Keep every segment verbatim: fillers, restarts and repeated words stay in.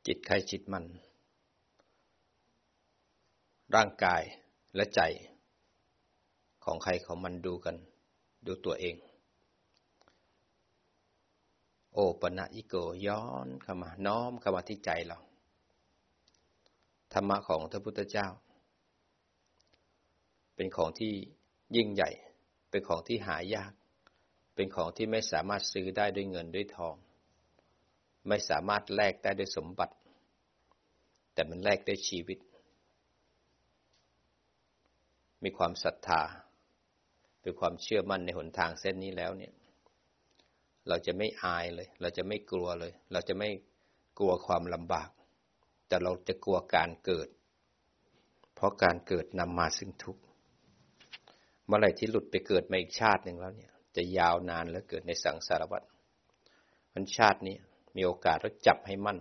จิตใครจิตมันร่างกายและใจของใครของมันดูกันดูตัวเองโอปนะอิโกย้อนเข้ามาน้อมเข้ามาที่ใจเราธรรมะของพระพุทธเจ้าเป็นของที่ยิ่งใหญ่เป็นของที่หายากเป็นของที่ไม่สามารถซื้อได้ด้วยเงินด้วยทองไม่สามารถแลกได้ด้วยสมบัติแต่มันแลกด้วยชีวิตมีความศรัทธาเป็นความเชื่อมั่นในหนทางเส้นนี้แล้วเนี่ยเราจะไม่อายเลยเราจะไม่กลัวเลยเราจะไม่กลัวความลำบากแต่เราจะกลัวการเกิดเพราะการเกิดนำมาซึ่งทุกข์เมื่อไหร่ที่หลุดไปเกิดมาอีกชาติหนึ่งแล้วเนี่ยจะยาวนานแล้วเกิดในสังสารวัฏวันชาตินี้มีโอกาสแล้วจับให้มั่น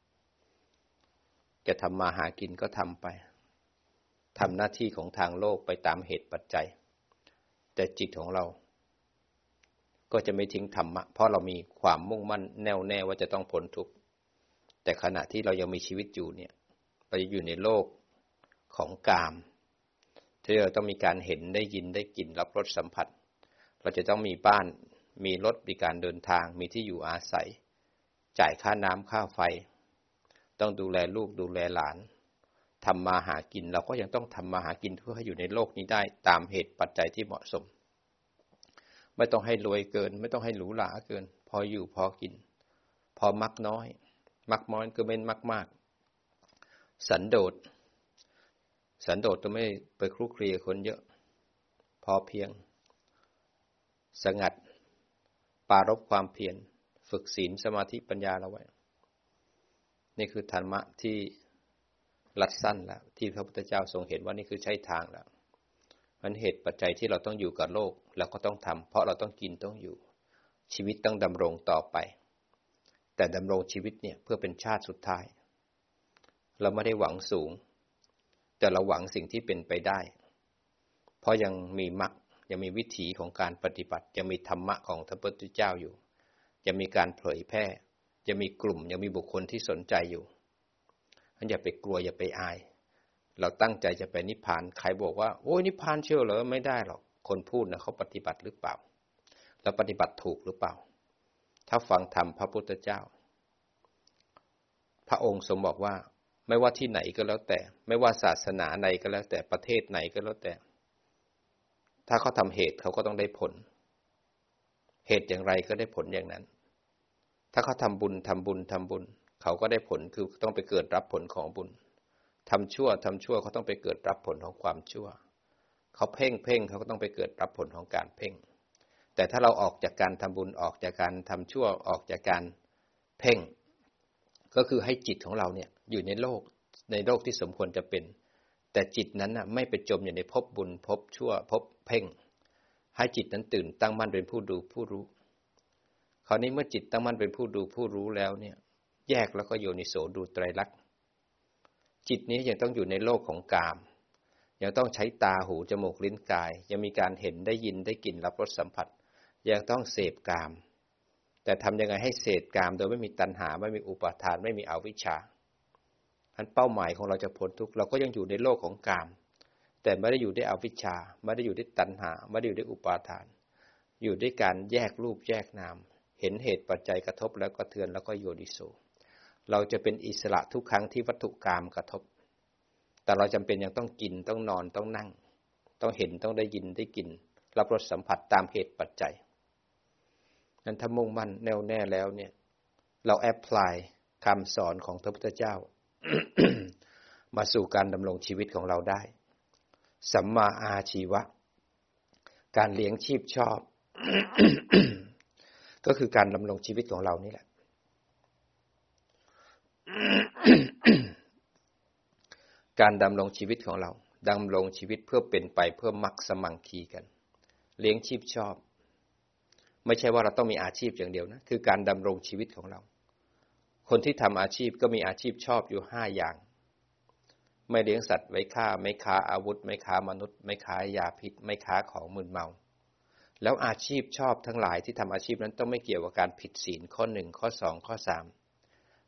จะทำมาหากินก็ทำไปทำหน้าที่ของทางโลกไปตามเหตุปัจจัยแต่จิตของเราก็จะไม่ทิ้งธรรมะเพราะเรามีความมุ่งมั่นแน่วแน่ว่าจะต้องพ้นทุกข์แต่ขณะที่เรายังมีชีวิตอยู่เนี่ยเราจะอยู่ในโลกของกามที่เราต้องมีการเห็นได้ยินได้กลิ่นรับรสสัมผัสเราจะต้องมีบ้านมีรถมีการเดินทางมีที่อยู่อาศัยจ่ายค่าน้ำค่าไฟต้องดูแลลูกดูแลหลานทำมาหากินเราก็ยังต้องทำมาหากินเพื่อให้อยู่ในโลกนี้ได้ตามเหตุปัจจัยที่เหมาะสมไม่ต้องให้รวยเกินไม่ต้องให้หรูหราเกินพออยู่พอกินพอมักน้อยมักน้อยก็ไม่มักมากสันโดษสันโดษจะไม่ไปคลุกคลีกับคนเยอะพอเพียงสงัดปรารภความเพียรฝึกศีลสมาธิปัญญาเราไว้นี่คือธรรมะที่รัดสั้นแล้วที่พระพุทธเจ้าทรงเห็นว่านี่คือใช่ทางแล้วมันเหตุปัจจัยที่เราต้องอยู่กับโลกเราก็ต้องทำเพราะเราต้องกินต้องอยู่ชีวิตต้องดำรงต่อไปแต่ดำรงชีวิตเนี่ยเพื่อเป็นชาติสุดท้ายเราไม่ได้หวังสูงแต่เราหวังสิ่งที่เป็นไปได้เพราะยังมีมรรคยังมีวิถีของการปฏิบัติยังมีธรรมะของพระพุทธเจ้าอยู่ยังมีการเผยแพร่ยังมีกลุ่มยังมีบุคคลที่สนใจอยู่ท่านอย่าไปกลัวอย่าไปอายเราตั้งใจจะไปนิพพานใครบอกว่าโอ้ยนิพพานเชื่อเหรอไม่ได้หรอกคนพูดนะเขาปฏิบัติหรือเปล่าแล้วปฏิบัติถูกหรือเปล่าถ้าฟังธรรมพระพุทธเจ้าพระองค์ทรงบอกว่าไม่ว่าที่ไหนก็แล้วแต่ไม่ว่าศาสนาไหนก็แล้วแต่ประเทศไหนก็แล้วแต่ถ้าเขาทำเหตุเขาก็ต้องได้ผลเหตุอย่างไรก็ได้ผลอย่างนั้นถ้าเขาทำบุญทำบุญทำบุญเขาก็ได้ผลคือต้องไปเกิดรับผลของบุญทำชั่วทำชั่วเขาต้องไปเกิดรับผลของความชั่วเขาเพ่งเพ่งเขาก็ต้องไปเกิดรับผลของการเพ่งแต่ถ้าเราออกจากการทำบุญออกจากการทำชั่วออกจากการเพ่งก็คือให้จิตของเราเนี่ยอยู่ในโลกในโลกที่สมควรจะเป็นแต่จิตนั้นน่ะไม่ไปจมอยู่ในภพบุญภพชั่วภพเพ่งให้จิตนั้นตื่นตั้งมั่นเป็นผู้ดูผู้รู้คราวนี้เมื่อจิตตั้งมั่นเป็นผู้ดูผู้รู้แล้วเนี่ยแยกแล้วก็โยนิโสดูไตรลักษณ์จิตนี้ยังต้องอยู่ในโลกของกามยังต้องใช้ตาหูจมูกลิ้นกายยังมีการเห็นได้ยินได้กลิ่นรับรสสัมผัสยังต้องเสพกามแต่ทำยังไงให้เสพกามโดยไม่มีตัณหาไม่มีอุปาทานไม่มีอวิชชาอันเป้าหมายของเราจะพ้นทุกข์เราก็ยังอยู่ในโลกของกามแต่ไม่ได้อยู่ด้วยอวิชชาไม่ได้อยู่ด้วยตัณหาไม่ได้อยู่ด้วยอุปาทานอยู่ด้วยการแยกรูปแยกนามเห็นเหตุปัจจัยกระทบแล้วก็เทือนแล้วก็โยนิโสเราจะเป็นอิสระทุกครั้งที่วัตถุกามกระทบแต่เราจำเป็นยังต้องกินต้องนอนต้องนั่งต้องเห็นต้องได้ยินได้กินรับรสสัมผัสตามเหตุปัจจัยนั้นถ้ามุ่งมั่นแน่วแน่แล้วเนี่ยเราแอพพลายคำสอนของพระพุทธเจ้า มาสู่การดำรงชีวิตของเราได้สัมมาอาชีวะการเลี้ยงชีพชอบ ก็คือการดำรงชีวิตของเรานี่แหละ การดำรงชีวิตของเราดำรงชีวิตเพื่อเป็นไปเพื่อมักสมังคีกันเลี้ยงชีพชอบไม่ใช่ว่าเราต้องมีอาชีพอย่างเดียวนะคือการดำรงชีวิตของเราคนที่ทำอาชีพก็มีอาชีพชอบอยู่ห้าอย่างไม่เลี้ยงสัตว์ไว้ฆ่าไม่ค้าอาวุธไม่ค้ามนุษย์ไม่ค้ายาพิษไม่ค้าของมึนเมาแล้วอาชีพชอบทั้งหลายที่ทำอาชีพนั้นต้องไม่เกี่ยวกับการผิดศีลข้อหนึ่งข้อสองข้อสาม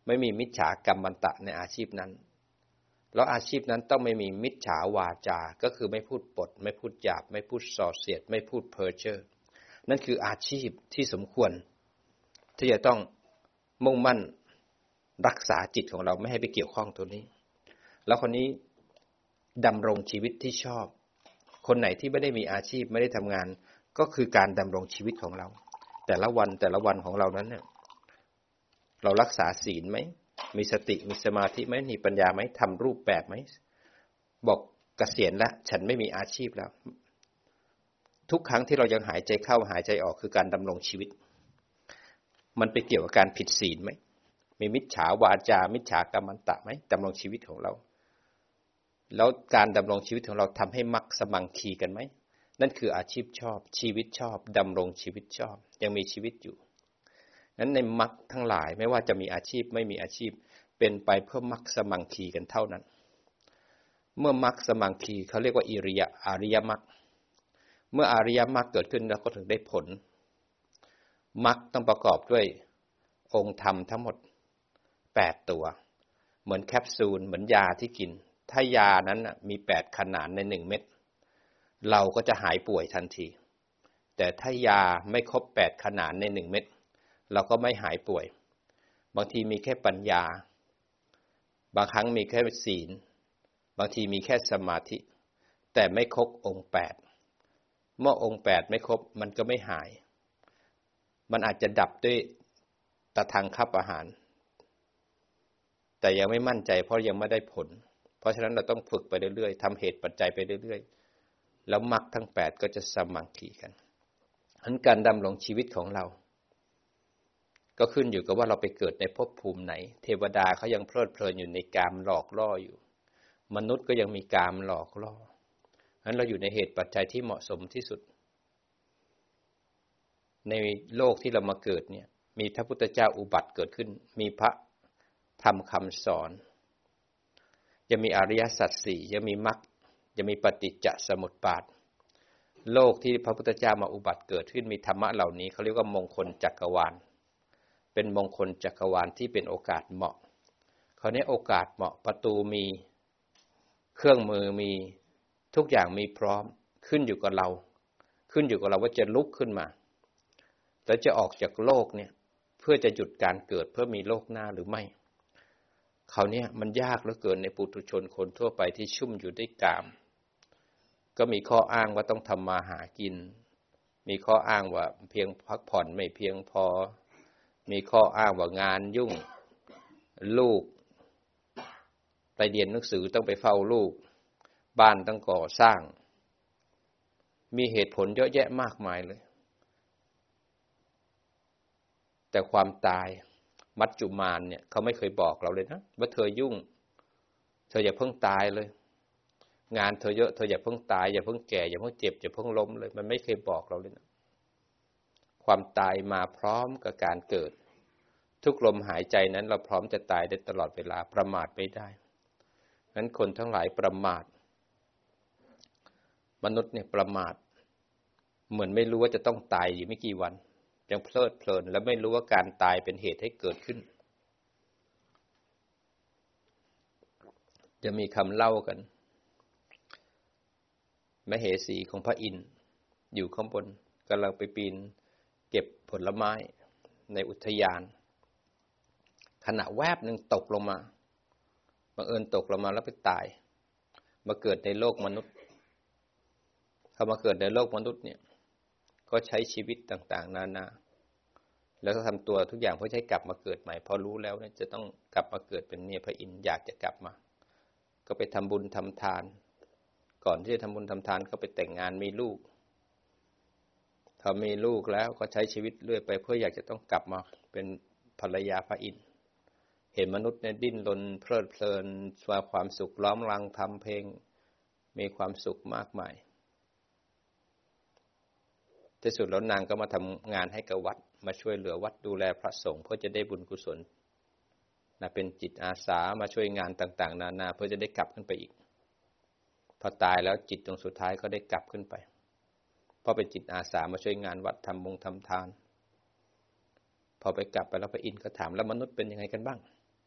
ไม่มีมิจฉากัมมันตะในอาชีพนั้นแล้วอาชีพนั้นต้องไม่มีมิจฉาวาจาก็คือไม่พูดปดไม่พูดหยาบไม่พูดส่อเสียดไม่พูดเพ้อเจ้อนั่นคืออาชีพที่สมควรที่จะต้องมุ่งมั่นรักษาจิตของเราไม่ให้ไปเกี่ยวข้องตัวนี้แล้วคนนี้ดำรงชีวิตที่ชอบคนไหนที่ไม่ได้มีอาชีพไม่ได้ทำงานก็คือการดำรงชีวิตของเราแต่ละวันแต่ละวันของเรานั้นเนี่ยเรารักษาศีลไหมมีสติมีสมาธิไหมมีปัญญาไหมทำรูปแบบไหมบอกเกษียณแล้วฉันไม่มีอาชีพแล้วทุกครั้งที่เรายังหายใจเข้าหายใจออกคือการดำรงชีวิตมันไปเกี่ยวกับการผิดศีลไหมมีมิจฉาวาจามิจฉากัมมันตะไหมดำรงชีวิตของเราแล้วการดำรงชีวิตของเราทำให้มรรคสมังคีกันไหมนั่นคืออาชีพชอบชีวิตชอบดำรงชีวิตชอบยังมีชีวิตอยู่นั้นในมรรคทั้งหลายไม่ว่าจะมีอาชีพไม่มีอาชีพเป็นไปเพื่อมรรคสมังคีกันเท่านั้นเมื่อมรรคสมังคีเขาเรียกว่าอิริยะอริยมรรคเมื่ออริยมรรคเกิดขึ้นแล้วก็ถึงได้ผลมรรคต้องประกอบด้วยองค์ธรรมทั้งหมดแปดตัวเหมือนแคปซูลเหมือนยาที่กินถ้ายานั้นมีแปดขนาดในหนึ่งเม็ดเราก็จะหายป่วยทันทีแต่ถ้ายาไม่ครบแปดขนาดในหนึ่งเม็ดเราก็ไม่หายป่วยบางทีมีแค่ปัญญาบางครั้งมีแค่ศีลบางทีมีแค่สมาธิแต่ไม่ครบองค์แปดเมื่อองค์แปดไม่ครบมันก็ไม่หายมันอาจจะดับด้วยตะทางคับอาหารแต่ยังไม่มั่นใจเพราะยังไม่ได้ผลเพราะฉะนั้นเราต้องฝึกไปเรื่อยๆทำเหตุปัจจัยไปเรื่อยๆแล้วมรรคทั้งแปดก็จะสมังคีกันอันการดำรงชีวิตของเราก็ขึ้นอยู่กับว่าเราไปเกิดในภพภูมิไหนเทวดาเขายังเพลิดเพลินอยู่ในกามหลอกล่ออยู่มนุษย์ก็ยังมีกามหลอกล่องั้นเราอยู่ในเหตุปัจจัยที่เหมาะสมที่สุดในโลกที่เรามาเกิดเนี่ยมีพระพุทธเจ้าอุบัติเกิดขึ้นมีพระธรรมคำสอนยังมีอริยสัจสี่ยังมีมรรคยังมีปฏิจจสมุปบาทโลกที่พระพุทธเจ้ามาอุบัติเกิดขึ้นมีธรรมะเหล่านี้เขาเรียกว่ามงคลจักรวาลเป็นมงคลจักรวาลที่เป็นโอกาสเหมาะคราวนี้โอกาสเหมาะประตูมีเครื่องมือมีทุกอย่างมีพร้อมขึ้นอยู่กับเราขึ้นอยู่กับเราว่าจะลุกขึ้นมาแล้วจะออกจากโลกเนี่ยเพื่อจะหยุดการเกิดเพื่อมีโลกหน้าหรือไม่คราวนี้มันยากเหลือเกินในปุถุชนคนทั่วไปที่ชุ่มอยู่ด้วยกามก็มีข้ออ้างว่าต้องทำมาหากินมีข้ออ้างว่าเพียงพักผ่อนไม่เพียงพอมีข้ออ้างว่างานยุ่งลูกไปเรียนหนังสือต้องไปเฝ้าลูกบ้านต้องก่อสร้างมีเหตุผลเยอะแยะมากมายเลยแต่ความตายมัจจุมานเนี่ยเขาไม่เคยบอกเราเลยนะว่าเธอยุ่งเธออย่าเพิ่งตายเลยงานเธอเยอะเธออย่าเพิ่งตายอย่าเพิ่งแก่อย่าเพิ่งเจ็บอย่าเพิ่งล้มเลยมันไม่เคยบอกเราเลยนะความตายมาพร้อมกับการเกิดทุกลมหายใจนั้นเราพร้อมจะตายได้ตลอดเวลาประมาทไม่ได้งั้นคนทั้งหลายประมาทมนุษย์เนี่ยประมาทเหมือนไม่รู้ว่าจะต้องตายอยู่ไม่กี่วันยังเพลิดเพลินและไม่รู้ว่าการตายเป็นเหตุให้เกิดขึ้นจะมีคำเล่ากันมเหสีของพระอินทร์อยู่ข้างบนกำลังไปปีนเก็บผลไม้ในอุทยานขณะแวบหนึ่งตกลงมาบังเอิญตกลงมาแล้วไปตายมาเกิดในโลกมนุษย์เขามาเกิดในโลกมนุษย์เนี่ยก็ใช้ชีวิตต่างๆนานาแล้วก็ทำตัวทุกอย่างเพื่อให้กลับมาเกิดใหม่พอรู้แล้วเนี่ยจะต้องกลับมาเกิดเป็นเนี่ยพระอินทร์อยากจะกลับมาก็ไปทำบุญทำทานก่อนที่จะทำบุญทำทานก็ไปแต่งงานมีลูกพอมีลูกแล้วก็ใช้ชีวิตเรื่อยไปเพื่ออยากจะต้องกลับมาเป็นภรรยาพระอินทร์เห็นมนุษย์เนี่ยดิ้นรนเพลิดเพลินสวยความสุขล้อมรังทำเพลงมีความสุขมากมายที่สุดแล้วนางก็มาทำงานให้กับวัดมาช่วยเหลือวัดดูแลพระสงฆ์เพื่อจะได้บุญกุศลนะเป็นจิตอาสามาช่วยงานต่างๆนานาเพื่อจะได้กลับขึ้นไปอีกพอตายแล้วจิตตรงสุดท้ายก็ได้กลับขึ้นไปเพราะเป็นจิตอาสามาช่วยงานวัดทำบุญทำทานพอไปกลับไปแล้วพระอินทร์ก็ถามแล้วมนุษย์เป็นยังไงกันบ้าง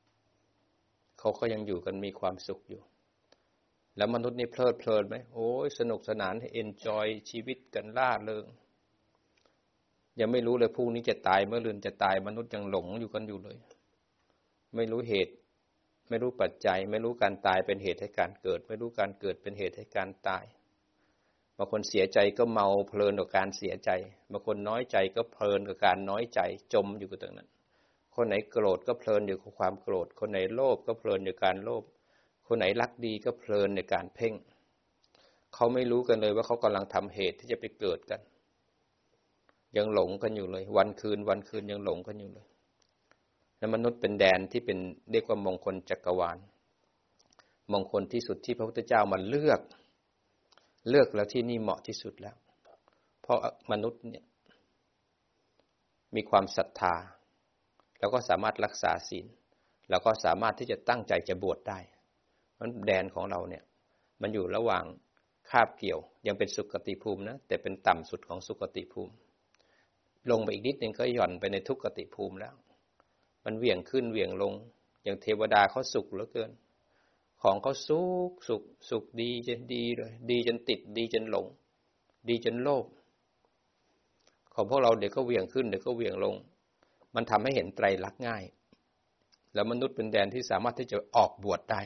เขาก็ยังอยู่กันมีความสุขอยู่แล้วมนุษย์นี่เพลิดเพลินไหมโอ้ยสนุกสนานเอนจอยชีวิตกันล่าเริงยังไม่รู้เลยพรุ่งนี้จะตายเมื่อรืนจะตายมนุษย์ยังหลงอยู่กันอยู่เลยไม่รู้เหตุไม่รู้ปัจจัยไม่รู้การตายเป็นเหตุให้การเกิดไม่รู้การเกิดเป็นเหตุให้การตายบางคนเสียใจก็เมาเพลินกับการเสียใจบางคนน้อยใจก็เพลินกับการน้อยใจจมอยู่กับตรงนั้นคนไหนโกรธก็เพลินอยู่กับความโกรธคนไหนโลภก็เพลินอยู่กับการโลภคนไหนรักดีก็เพลินในการเพ่งเขาไม่รู้กันเลยว่าเขากำลังทำเหตุที่จะไปเกิดกันยังหลงกันอยู่เลยวันคืนวันคืนยังหลงกันอยู่เลยและมนุษย์เป็นแดนที่เป็นเรียกว่ามงคลจักรวาลมงคลที่สุดที่พระพุทธเจ้ามาเลือกเลือกแล้วที่นี่เหมาะที่สุดแล้วเพราะมนุษย์เนี่ยมีความศรัทธาแล้วก็สามารถรักษาศีลแล้วก็สามารถที่จะตั้งใจจะบวชได้เพราะแดนของเราเนี่ยมันอยู่ระหว่างคาบเกี่ยวยังเป็นสุคติภูมินะแต่เป็นต่ำสุดของสุคติภูมิลงไปอีกนิดนึงก็หย่อนไปในทุกขติภูมิแล้วมันเหวี่ยงขึ้นเหวี่ยงลงอย่างเทวดาเขาสุขเหลือเกินของเขาสุขสุขสุขดีจนดีเลยดีจนติดดีจนหลงดีจนโลภของพวกเราเดี๋ยวก็เหวี่ยงขึ้นเดี๋ยวก็เหวี่ยงลงมันทำให้เห็นไตรลักษณ์ง่ายแล้วมนุษย์เป็นแดนที่สามารถที่จะออกบวชได้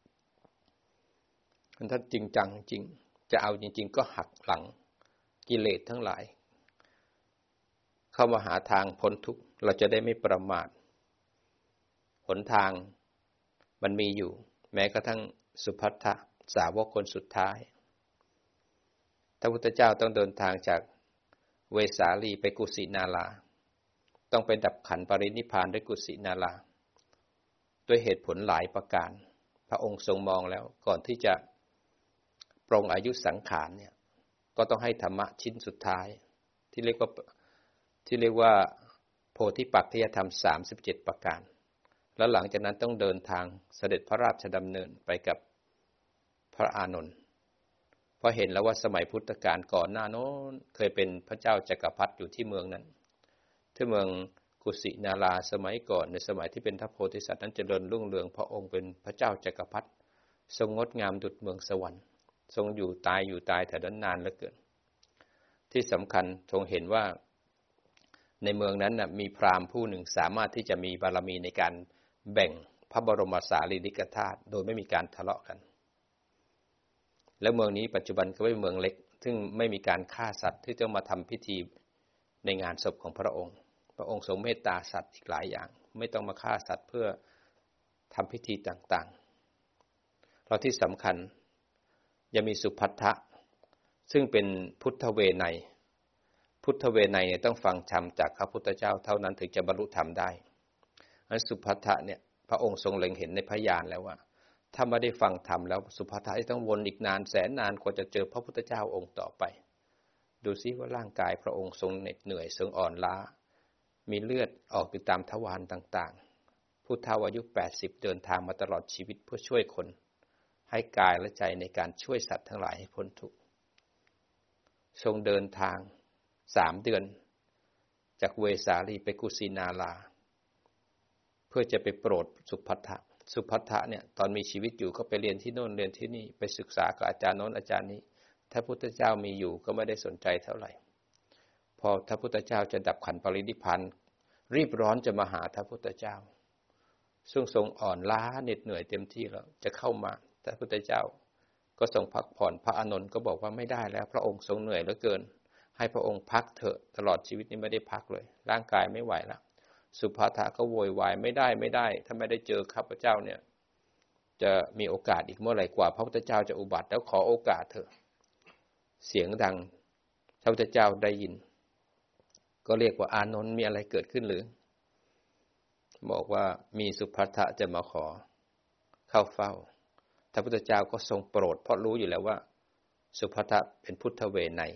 ถ้าจริงจังจริงจะเอาจริงๆก็หักหลังกิเลสทั้งหลายเข้ามาหาทางพ้นทุกข์เราจะได้ไม่ประมาทหนทางมันมีอยู่แม้กระทั่งสุภัททะสาวกคนสุดท้ายพระพุทธเจ้าต้องเดินทางจากเวสาลีไปกุสินาราต้องไปดับขันธ์ปรินิพพานด้วยกุสินาราด้วยเหตุผลหลายประการพระองค์ทรงมองแล้วก่อนที่จะปรงอายุสังขารเนี่ยก็ต้องให้ธรรมะชิ้นสุดท้ายที่เรียกว่าที่เรียกว่าโพธิปักขิยธรรมสามสิบเจ็ดประการแล้วหลังจากนั้นต้องเดินทางเสด็จพระราชดำเนินไปกับพระอานนท์เพราะเห็นแล้วว่าสมัยพุทธกาลก่อนหน้าโน้นเคยเป็นพระเจ้าจักรพรรดิอยู่ที่เมืองนั้นที่เมืองกุสินาราสมัยก่อนในสมัยที่เป็นพระโพธิสัตว์นั้นเจริญรุ่งเรืองพระองค์เป็นพระเจ้าจักรพรรดิทรงงดงามดุจเมืองสวรรค์ทรงอยู่ตายอยู่ตายแถวนั้นนานเหลือเกินที่สำคัญทรงเห็นว่าในเมืองนั้นนะมีพราหมณ์ผู้หนึ่งสามารถที่จะมีบารมีในการแบ่งพระบรมสารีริกธาตุโดยไม่มีการทะเลาะกันและเมืองนี้ปัจจุบันก็เป็นเมืองเล็กซึ่งไม่มีการฆ่าสัตว์ที่จะมาทำพิธีในงานศพของพระองค์พระองค์ทรงเมตตาสัตว์อีกหลายอย่างไม่ต้องมาฆ่าสัตว์เพื่อทำพิธีต่างๆเราที่สำคัญยังมีสุภัททะซึ่งเป็นพุทธเวไนยพุทธเวไนยต้องฟังธรรมจากพระพุทธเจ้าเท่านั้นถึงจะบรรลุธรรมได้อันสุภัททะเนี่ยพระองค์ทรงเล็งเห็นในพยานแล้วว่าถ้าไม่ได้ฟังธรรมแล้วสุภัททะจะต้องวนอีกนานแสนนานกว่าจะเจอพระพุทธเจ้าองค์ต่อไปดูซิว่าร่างกายพระองค์ทรงเหน็ดเหนื่อยทรงอ่อนล้ามีเลือดออกอยู่ตามทวารต่างๆผู้เฒ่าอายุแปดสิบเดินทางมาตลอดชีวิตเพื่อช่วยคนให้กายและใจในการช่วยสัตว์ทั้งหลายให้พ้นทุกข์ทรงเดินทางสามเดือนจากเวสาลีไปกุสินาราเพื่อจะไปโปรดสุภัททะสุภัททะเนี่ยตอนมีชีวิตอยู่ก็ไปเรียนที่โน่นเรียนที่นี่ไปศึกษากับอาจารย์โน้นอาจารย์นี้ถ้าพุทธเจ้ามีอยู่ก็ไม่ได้สนใจเท่าไหร่พอถ้าพุทธเจ้าจะดับขันธ์ปรินิพพานรีบร้อนจะมาหาพระพุทธเจ้าซึ่งทรงอ่อนล้าเหน็ดเหนื่อยเต็มที่แล้วจะเข้ามาแต่พระพุทธเจ้าก็ทรงพักผ่อนพระอานนท์ก็บอกว่าไม่ได้แล้วพระองค์ทรงเหนื่อยเหลือเกินให้พระองค์พักเถอะตลอดชีวิตนี้ไม่ได้พักเลยร่างกายไม่ไหวแล้วสุภัททะก็โวยวายไม่ได้ไม่ได้ถ้าไม่ได้เจอข้าพเจ้าเนี่ยจะมีโอกาสอีกเมื่อไหร่กว่าพระพุทธเจ้าจะอุบัติแล้วขอโอกาสเถอะเสียงดังพระพุทธเจ้าได้ยินก็เรียกว่าอานนท์มีอะไรเกิดขึ้นหรือบอกว่ามีสุภัททะจะมาขอเข้าเฝ้าพระพุทธเจ้าก็ทรงโปรดเพราะรู้อยู่แล้วว่าสุภัททะเป็นพุทธเวไนย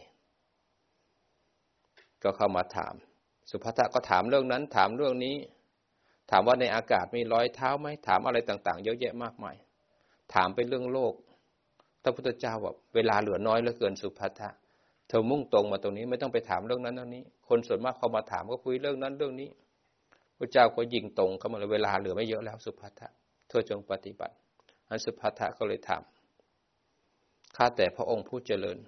ก็เข้ามาถามสุภัททะก็ถามเรื่องนั้นถามเรื่องนี้ถามว่าในอากาศมีรอยเท้าไหมถามอะไรต่างๆเยอะแยะมากมายถามเป็นเรื่องโลกพระพุทธเจ้าบอกเวลาเหลือน้อยเหลือเกินสุภัททะเธอมุ่งตรงมาตรงนี้ไม่ต้องไปถามเรื่องนั้นเรื่องนี้คนส่วนมากเขามาถามก็คุยเรื่องนั้นเรื่องนี้พระเจ้าก็ยิงตรงเข้ามาเลยเวลาเหลือไม่เยอะแล้วสุภัททะเธอจงปฏิบัติอันสุภัททะก็เลยถามข้าแต่พระองค์ผู้เจริญ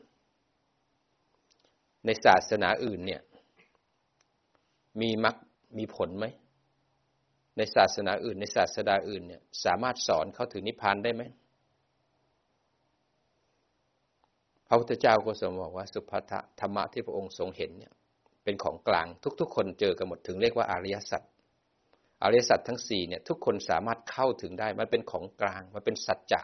ในศาสนาอื่นเนี่ยมีมรรคมีผลไหมในศาสนาอื่นในศาสดาอื่นเนี่ยสามารถสอนเขาถึงนิพพานได้ไหมพระพุทธเจ้าก็ทรงบอกว่าสุภัททะธรรมะที่พระองค์ทรงเห็นเนี่ยเป็นของกลางทุกๆคนเจอกันหมดถึงเรียกว่าอริยสัจอริยสัจทั้งสี่เนี่ยทุกคนสามารถเข้าถึงได้มันเป็นของกลางมันเป็นสัจจะ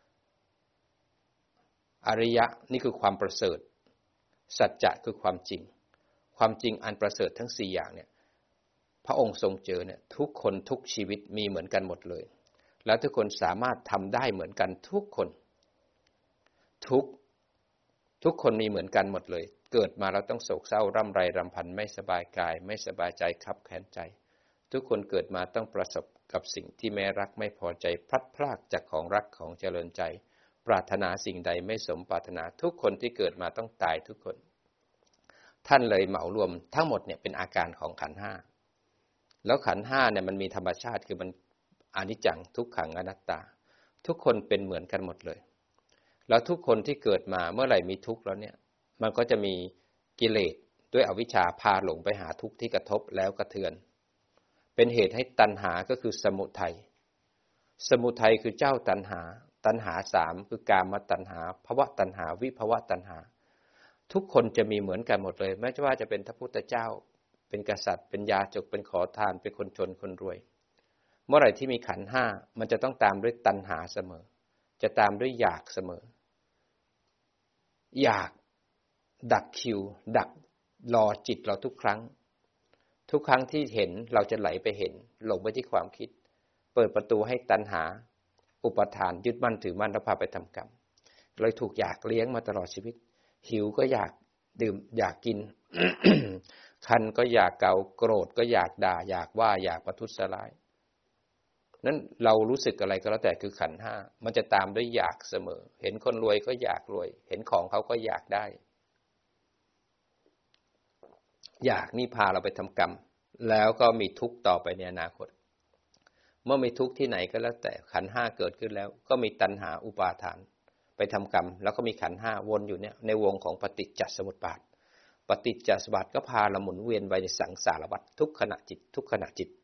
อริยะนี่คือความประเสริฐสัจจะคือความจริงความจริงอันประเสริฐทั้งสี่อย่างเนี่ยพระองค์ทรงเจอเนี่ยทุกคนทุกชีวิตมีเหมือนกันหมดเลยแล้วทุกคนสามารถทำได้เหมือนกันทุกคนทุกทุกคนมีเหมือนกันหมดเลยเกิดมาเราต้องโศกเศร้าร่ำไรรำพันไม่สบายกายไม่สบายใจคับแค้นใจทุกคนเกิดมาต้องประสบกับสิ่งที่แม้รักไม่พอใจพลัดพรากจากของรักของเจริญใจปรารถนาสิ่งใดไม่สมปรารถนาทุกคนที่เกิดมาต้องตายทุกคนท่านเลยเหมารวมทั้งหมดเนี่ยเป็นอาการของขันธ์ห้าแล้วขันธ์ห้าเนี่ยมันมีธรรมชาติคือมันอนิจจังทุกขังอนัตตาทุกคนเป็นเหมือนกันหมดเลยแล้วทุกคนที่เกิดมาเมื่อไหร่มีทุกข์แล้วเนี่ยมันก็จะมีกิเลสด้วยอวิชชาพาหลงไปหาทุกข์ที่กระทบแล้วกระเทือนเป็นเหตุให้ตัณหาก็คือสมุทัยสมุทัยคือเจ้าตัณหาตัณหาสามคือกามตัณหาภวตัณหาวิภวตัณหาทุกคนจะมีเหมือนกันหมดเลยไม่ว่าจะเป็นพระพุทธเจ้าเป็นกษัตริย์เป็นยาจกเป็นขอทานเป็นคนจนคนรวยเมื่อไหร่ที่มีขันธ์ห้ามันจะต้องตามด้วยตัณหาเสมอจะตามด้วยอยากเสมออยากดักคิวดักรอจิตเราทุกครั้งทุกครั้งที่เห็นเราจะไหลไปเห็นหลงไปที่ความคิดเปิดประตูให้ตัณหาอุปทานยึดมั่นถือมั่นแล้วพาไปทำกรรมเลยถูกอยากเลี้ยงมาตลอดชีวิตหิวก็อยากดื่มอยากกิน คันก็อยากเกาโกรธก็อยากด่าอยากว่าอยากประทุษร้ายนั้นเรารู้สึกอะไรก็แล้วแต่คือขันธ์ห้ามันจะตามด้วยอยากเสมอเห็นคนรวยก็อยากรวยเห็นของเขาก็อยากได้อยากนี่พาเราไปทำกรรมแล้วก็มีทุกข์ต่อไปในอนาคตเมื่อมีทุกข์ที่ไหนก็แล้วแต่ขันธ์ห้าเกิดขึ้นแล้วก็มีตัณหาอุปาทานไปทำกรรมแล้วก็มีขันธ์ห้าวนอยู่เนี่ยในวงของปฏิจจสมุปบาทปฏิจจสมุปบาทก็พาเราหมุนเวียนไปในสังสารวัฏทุกขณะจิตทุกขณะจิต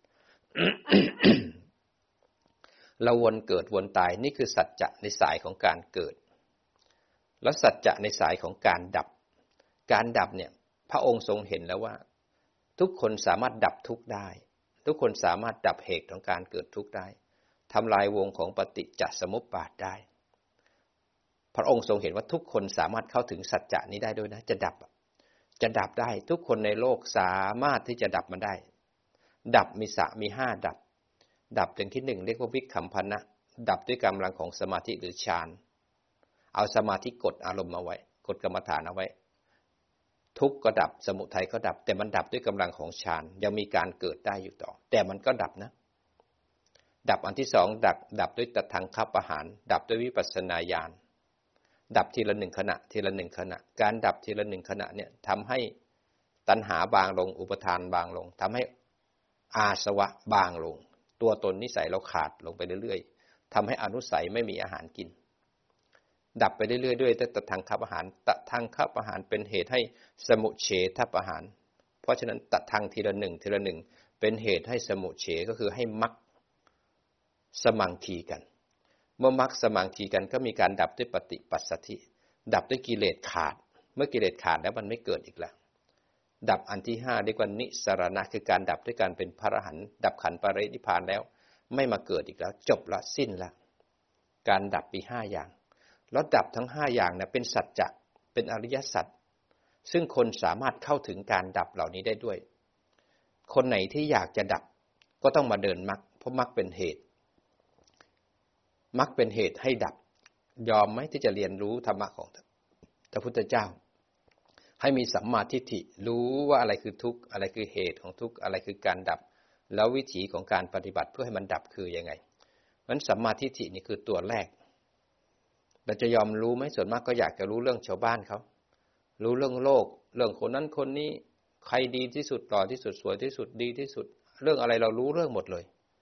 เราวนเกิดวนตายนี่คือสัจจะในสายของการเกิดแล้วสัจจะในสายของการดับการดับเนี่ยพระองค์ทรงเห็นแล้วว่าทุกคนสามารถดับทุกข์ได้ทุกคนสามารถดับเหตุของการเกิดทุกข์ได้ทำลายวงของปฏิจจสมุปบาทได้พระองค์ทรงเห็นว่าทุกคนสามารถเข้าถึงสัจจะนี้ได้ด้วยนะจะดับจะดับได้ทุกคนในโลกสามารถที่จะดับมันได้ดับมีสะมีห้าดับดับอย่างที่หนึ่งเรียกว่าวิคัมภนะดับด้วยกำลังของสมาธิหรือฌานเอาสมาธิกดอารมณ์เอาไว้กดกรรมฐานเอาไว้ทุกข์ก็ดับสมุทัยก็ดับแต่มันดับด้วยกำลังของฌานยังมีการเกิดได้อยู่ต่อแต่มันก็ดับนะดับอันที่สองดับดับด้วยตทังคัปปหานดับด้วยวิปัสสนาญาณดับทีละหนึ่งขณะทีละหนึ่งขณะการดับทีละหนึ่งขณะเนี่ยทำให้ตัณหาบางลงอุปทานบางลงทำให้อาสวะบางลงตัวตนนิสัยเราขาดลงไปเรื่อยๆทำให้อนุสัยไม่มีอาหารกินดับไปเรื่อยๆด้วยตทังคัปปหานตทังคัปปหานเป็นเหตุให้สมุเฉทปหานเพราะฉะนั้นตทังทีละหนึ่งทีละหนึ่งเป็นเหตุให้สมุเฉก็คือให้มรรคสมังคีกันเมื่อมรรคสมังคีกันก็มีการดับด้วยปฏิปัสสธิดับด้วยกิเลสขาดเมื่อกิเลสขาดแล้วมันไม่เกิดอีกแล้วดับอันที่ห้าเรียกว่านิสรณะคือการดับด้วยการเป็นพระอรหันต์ดับขันธ์ปรินิพพานแล้วไม่มาเกิดอีกแล้วจบละสิ้นละการดับมีห้าอย่างแล้วดับทั้งห้าอย่างเนี่ยเป็นสัจจะเป็นอริยสัจซึ่งคนสามารถเข้าถึงการดับเหล่านี้ได้ด้วยคนไหนที่อยากจะดับก็ต้องมาเดินมรรคเพราะมรรคเป็นเหตุมรรคเป็นเหตุให้ดับยอมไหมที่จะเรียนรู้ธรรมะของพระพุทธเจ้าให้มีสัมมาทิฏฐิรู้ว่าอะไรคือทุกข์อะไรคือเหตุของทุกข์อะไรคือการดับแล้ววิถีของการปฏิบัติเพื่อให้มันดับคือยังไงเพราะฉะนั้นสัมมาทิฏฐินี่คือตัวแรกเราจะยอมรู้ไหมส่วนมากก็อยากจะรู้เรื่องชาวบ้านเขารู้เรื่องโลกเรื่องคนนั้นคนนี้ใครดีที่สุดหล่อที่สุดสวยที่สุดดีที่สุดเรื่องอะไรเรารู้เรื่องหมดเลย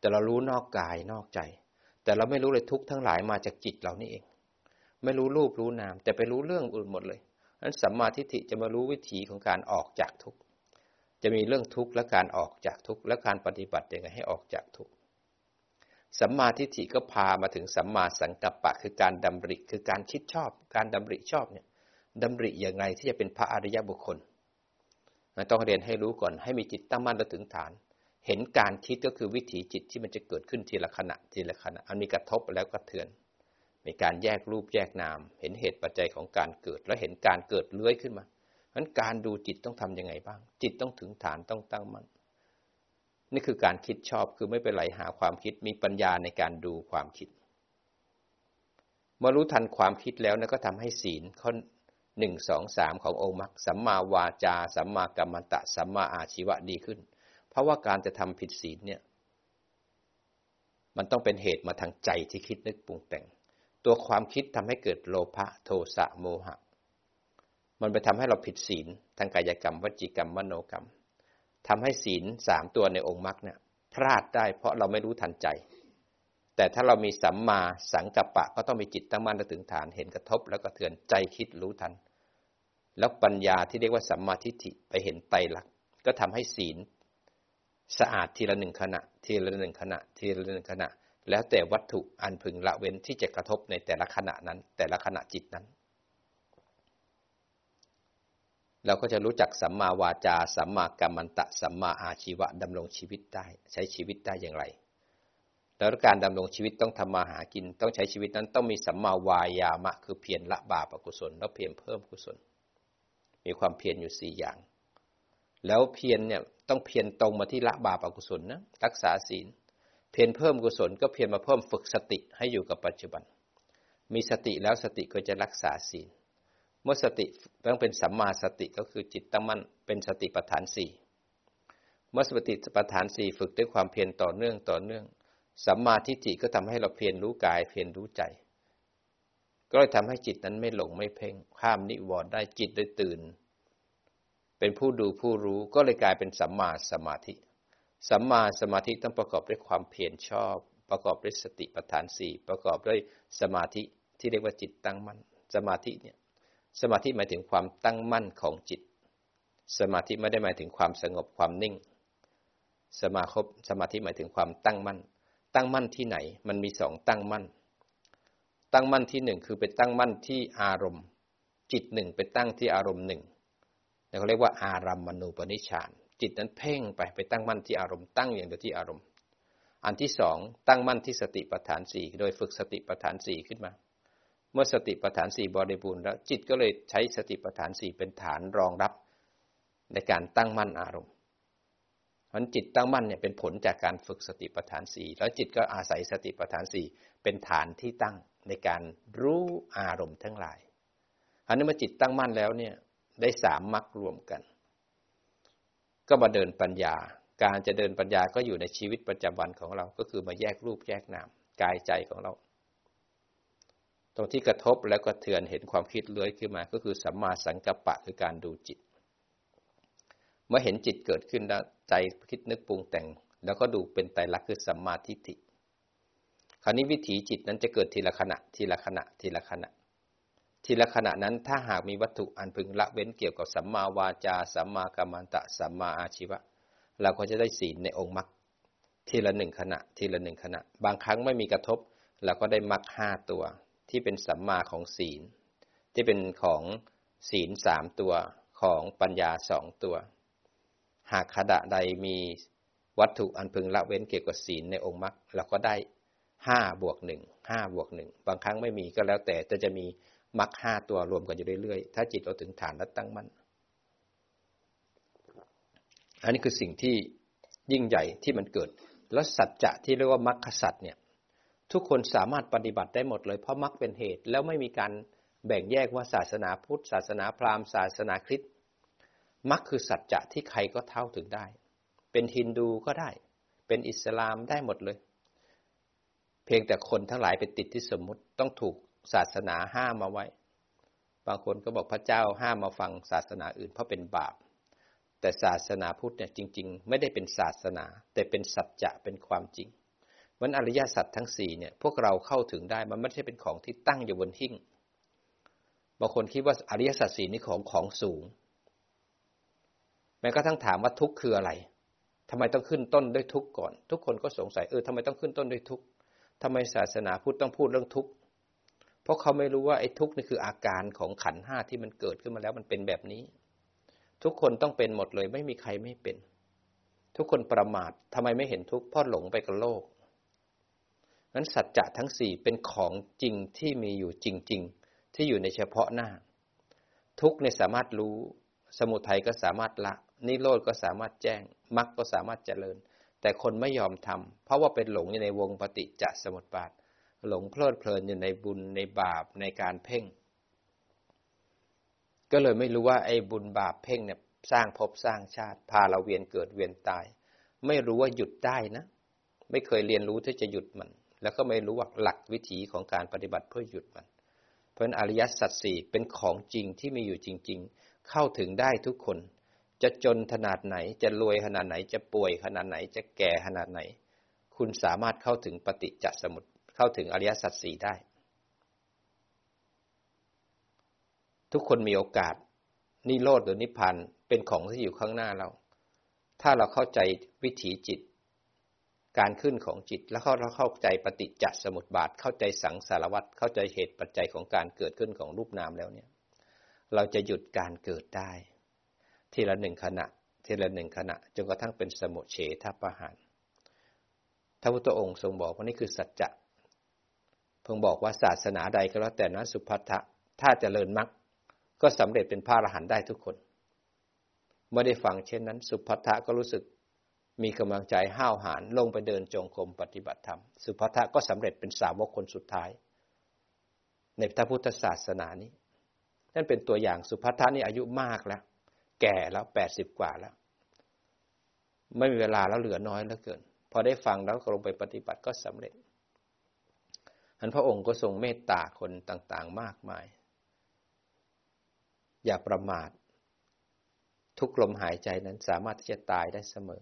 แต่เรารู้นอกกายนอกใจแต่เราไม่รู้เลยทุกข์ทั้งหลายมาจากจิตเรานี่เองไม่รู้รูปรู้นามแต่ไปรู้เรื่องอื่นหมดเลยนั้นสัมมาทิฏฐิจะมารู้วิถีของการออกจากทุกข์จะมีเรื่องทุกข์และการออกจากทุกข์และการปฏิบัติยังไงให้ออกจากทุกข์สัมมาทิฏฐิก็พามาถึงสัมมาสังกัปปะคือการดำริคือการคิดชอบการดำริชอบเนี่ยดำริอย่างไรที่จะเป็นพระอริยบุคคลต้องเรียนให้รู้ก่อนให้มีจิตตั้งมั่นและถึงฐานเห็นการคิดก็คือวิถีจิตที่มันจะเกิดขึ้นทีละขณะทีละขณะอันนี้กระทบแล้วก็เทือนมีการแยกรูปแยกนามเห็นเหตุปัจจัยของการเกิดแล้วเห็นการเกิดเลื้อยขึ้นมาเพราะฉะนั้นการดูจิตต้องทำยังไงบ้างจิตต้องถึงฐานต้องตั้งมั่นนี่คือการคิดชอบคือไม่ไปไหลหาความคิดมีปัญญาในการดูความคิดเมื่อรู้ทันความคิดแล้วนะก็ทำให้ศีลข้อหนึ่ง สอง สามขององค์มรรคสัมมาวาจาสัมมากัมมันตะสัมมาอาชีวะดีขึ้นเพราะว่าการจะทำผิดศีลเนี่ยมันต้องเป็นเหตุมาทางใจที่คิดนึกปรุงแต่งตัวความคิดทำให้เกิดโลภะโทสะโมหะมันไปทำให้เราผิดศีลทางกายกรรมวจีกรรมมโนกรรมทำให้ศีลสามตัวในองค์มรรคเนี่ยพลาดได้เพราะเราไม่รู้ทันใจแต่ถ้าเรามีสัมมาสังกัปปะก็ต้องมีจิตตั้งมั่นและถึงฐานเห็นกระทบแล้วก็เทือนใจคิดรู้ทันแล้วปัญญาที่เรียกว่าสัมมาทิฏฐิไปเห็นไตรลักษณ์ก็ทำให้ศีลสะอาดทีละหนึ่งขณะทีละหนึ่งขณะทีละหนึ่งขณะแล้วแต่วัตถุอันพึงละเว้นที่จะกระทบในแต่ละขณะนั้นแต่ละขณะจิตนั้นเราก็จะรู้จักสัมมาวาจาสัมมากัมมันตะสัมมาอาชีวะดำรงชีวิตได้ใช้ชีวิตได้อย่างไรแล้วการดำรงชีวิตต้องทำมาหากินต้องใช้ชีวิตนั้นต้องมีสัมมาวายามะคือเพียรละบาปอกุศลแล้วเพียรเพิ่มกุศลมีความเพียรอยู่สี่อย่างแล้วเพียรเนี่ยต้องเพียรตรงมาที่ละบาปอกุศลนะรักษาศีลเพียรเพิ่มกุศลก็เพียรมาเพิ่มฝึกสติให้อยู่กับปัจจุบันมีสติแล้วสติก็จะรักษาศีลเมื่อสติต้องเป็นสัมมาสติก็คือจิตตั้งมั่นเป็นสติปัฏฐานสี่เมื่อสติปัฏฐานสี่ฝึกด้วยความเพียรต่อเนื่องต่อเนื่องสัมมาทิฏฐิก็ทำให้เราเพียรรู้กายเพียรรู้ใจก็เลยทำให้จิตนั้นไม่หลงไม่เพ่งข้ามนิวรณ์ได้จิตได้ตื่นเป็นผู้ดูผู้รู้ก็เลยกลายเป็นสัมมาสมาธิสัมมาสมาธิต้องประกอบด้วยความเพียรชอบประกอบด้วยสติปัฏฐานสี่ประกอบด้วยสมาธิที่เรียกว่าจิตตั้งมั่นสมาธิเนี่ยสมาธิหมายถึงความตั้งมั่นของจิตสมาธิไม่ได้หมายถึงความสงบความนิ่งสมาคบสมาธิหมายถึงความตั้งมั่นตั้งมั่นที่ไหนมันมีสองตั้งมั่นตั้งมั่นที่หนึ่งคือไปตั้งมั่นที่อารมณ์จิตหนึ่งไปตั้งที่อารมณ์หนึ่งเขาเรียกว่าอารัมมณูปนิชฌานจิตนั้นเพ่งไปไปตั้งมั่นที่อารมณ์ตั้งอย่างเดียวที่อารมณ์อันที่สองตั้งมั่นที่สติปัฏฐานสี่โดยฝึกสติปัฏฐานสี่ขึ้นมาเมื่อสติปัฏฐานสี่บริบูรณ์แล้วจิตก็เลยใช้สติปัฏฐานสี่เป็นฐานรองรับในการตั้งมั่นอารมณ์เพราะจิตตั้งมั่นเนี่ยเป็นผลจากการฝึกสติปัฏฐานสี่แล้วจิตก็อาศัยสติปัฏฐานสี่เป็นฐานที่ตั้งในการรู้อารมณ์ทั้งหลายอันนี้เมื่อจิตตั้งมั่นแล้วเนี่ยได้สามมรรครวมกันก็มาเดินปัญญาการจะเดินปัญญาก็อยู่ในชีวิตประจำวันของเราก็คือมาแยกรูปแยกนามกายใจของเราตรงที่กระทบแล้วก็เทือนเห็นความคิดเลื้อยขึ้นมาก็คือสัมมาสังกัปปะคือการดูจิตเมื่อเห็นจิตเกิดขึ้นแล้วใจคิดนึกปรุงแต่งแล้วก็ดูเป็นไตรลักษณ์คือสัมมาทิฏฐิคราวนี้วิถีจิตนั้นจะเกิดทีละขณะทีละขณะทีละขณะทีละขณะนั้นถ้าหากมีวัตถุอันพึงละเว้นเกี่ยวกับสัมมาวาจาสัมมากัมมันตะสัมมาอาชีวะเราก็จะได้ศีลในองค์มรรคทีละหนึ่งขณะทีละหนึ่งขณะบางครั้งไม่มีกระทบเราก็ได้มรรคห้าตัวที่เป็นสัมมาของศีลที่เป็นของศีลสามตัวของปัญญาสองตัวหากขณะใดมีวัตถุอันพึงละเว้นเกี่ยวกับศีลในองค์มรรคเราก็ได้ห้าบวกหนึ่งห้าบวกหนึ่งบางครั้งไม่มีก็แล้วแต่แต่จะมีมรรคห้าตัวรวมกันอยู่เรื่อยๆถ้าจิตเราถึงฐานและตั้งมั่นอันนี้คือสิ่งที่ยิ่งใหญ่ที่มันเกิดแล้วสัจจะที่เรียกว่ามรรคสัจเนี่ยทุกคนสามารถปฏิบัติได้หมดเลยเพราะมรรคเป็นเหตุแล้วไม่มีการแบ่งแยกว่าศาสนาพุทธศาสนาพราหมณ์ศาสนาคริสต์มรรคคือสัจจะที่ใครก็เท่าถึงได้เป็นฮินดูก็ได้เป็นอิสลามได้หมดเลยเพียงแต่คนทั้งหลายไปติดที่สมมุติต้องถูกศาสนาห้ามเอาไว้บางคนก็บอกพระเจ้าห้ามมาฟังศาสนาอื่นเพราะเป็นบาปแต่ศาสนาพุทธเนี่ยจริงๆไม่ได้เป็นศาสนาแต่เป็นสัจจะเป็นความจริงมันอริยสัจทั้งสี่เนี่ยพวกเราเข้าถึงได้มันไม่ใช่เป็นของที่ตั้งอยู่บนหิ้งบางคนคิดว่าอริยสัจสี่นี่ของของสูงแม้กระทั่งถามว่าทุกข์คืออะไรทำไมต้องขึ้นต้นด้วยทุกข์ก่อนทุกคนก็สงสัยเออทำไมต้องขึ้นต้นด้วยทุกข์ทำไมศาสนาพุทธต้องพูดเรื่องทุกข์เพราะเขาไม่รู้ว่าไอ้ทุกข์นี่คืออาการของขันธ์ห้าที่มันเกิดขึ้นมาแล้วมันเป็นแบบนี้ทุกคนต้องเป็นหมดเลยไม่มีใครไม่เป็นทุกคนประมาททำไมไม่เห็นทุกข์เพราะหลงไปกับโลกนั้นสัจจะทั้งสี่เป็นของจริงที่มีอยู่จริงๆที่อยู่ในเฉพาะหน้าทุกข์เนี่ยสามารถรู้สมุทัยก็สามารถละนิโรธก็สามารถแจ้งมรรคก็สามารถเจริญแต่คนไม่ยอมทำเพราะว่าเป็นหลงอยู่ในวงปฏิจจสมุปบาทหลงเพลิดเพลินอยู่ในบุญในบาปในการเพ่งก็เลยไม่รู้ว่าไอ้บุญบาปเพ่งเนี่ยสร้างภพสร้างชาติพาเราเวียนเกิดเวียนตายไม่รู้ว่าหยุดได้นะไม่เคยเรียนรู้ที่จะหยุดมันแล้วก็ไม่รู้ว่าหลักวิถีของการปฏิบัติเพื่อหยุดมันเพราะฉะนั้นอริยสัจสี่เป็นของจริงที่มีอยู่จริงๆเข้าถึงได้ทุกคนจะจนขนาดไหนจะรวยขนาดไหนจะป่วยขนาดไหนจะแก่ขนาดไหนคุณสามารถเข้าถึงปฏิจจสมุปเข้าถึงอริยสัจสี่ได้ทุกคนมีโอกาสนิโรธหรือนิพพานเป็นของที่อยู่ข้างหน้าเราถ้าเราเข้าใจวิถีจิตการขึ้นของจิตแล้วเราเข้าใจปฏิจจสมุปบาทเข้าใจสังสารวัฏเข้าใจเหตุปัจจัยของการเกิดขึ้นของรูปนามแล้วเนี่ยเราจะหยุดการเกิดได้ทีละหนึ่งขณะทีละหนึ่งขณะจนกระทั่งเป็นสมุเฉทประหารพระพุทธองค์ทรงบอกว่านี่คือสัจจะเพิ่งบอกว่าศาสนาใดก็แล้วแต่นะสุภัททะถ้าเจริญมรรคก็สำเร็จเป็นพระอรหันต์ได้ทุกคนเมื่อได้ฟังเช่นนั้นสุภัททะก็รู้สึกมีกำลังใจห้าวหาญลงไปเดินจงกรมปฏิบัติธรรมสุภัททะก็สำเร็จเป็นสาวกคนสุดท้ายในพระพุทธศาสนานี้นั่นเป็นตัวอย่างสุภัททะนี่อายุมากแล้วแก่แล้วแปดสิบกว่าแล้วไม่มีเวลาแล้วเหลือน้อยเหลือเกินพอได้ฟังแล้วก็ลงไปปฏิบัติก็สำเร็จอันพระองค์ก็ทรงเมตตาคนต่างๆมากมายอย่าประมาททุกลมหายใจนั้นสามารถที่จะตายได้เสมอ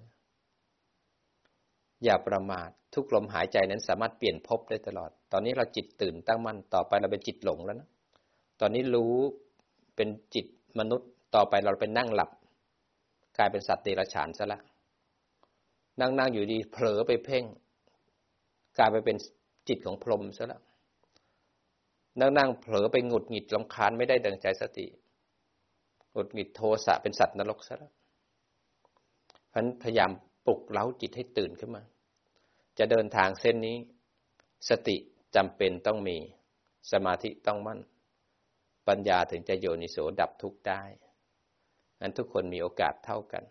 อย่าประมาททุกลมหายใจนั้นสามารถเปลี่ยนภพได้ตลอดตอนนี้เราจิตตื่นตั้งมั่นต่อไปเราเป็นจิตหลงแล้วนะตอนนี้รู้เป็นจิตมนุษย์ต่อไปเราเป็นนั่งหลับกลายเป็นสัตว์เดรัจฉานซะละนั่งๆอยู่ดีเผลอไปเพ่งกลายไปเป็นจิตของพรหมซะละนั่งๆเผลอไปหงุดหงิดรำคาญไม่ได้ดังใจสติหงุดหงิดโทสะเป็นสัตว์นรกซะละเพราะฉะนั้นพยายามปลุกเร้าจิตให้ตื่นขึ้นมาจะเดินทางเส้นนี้สติจำเป็นต้องมีสมาธิต้องมั่นปัญญาถึงจะโยนิโสดับทุกข์ได้งั้นทุกคนมีโอกาสเท่ากัน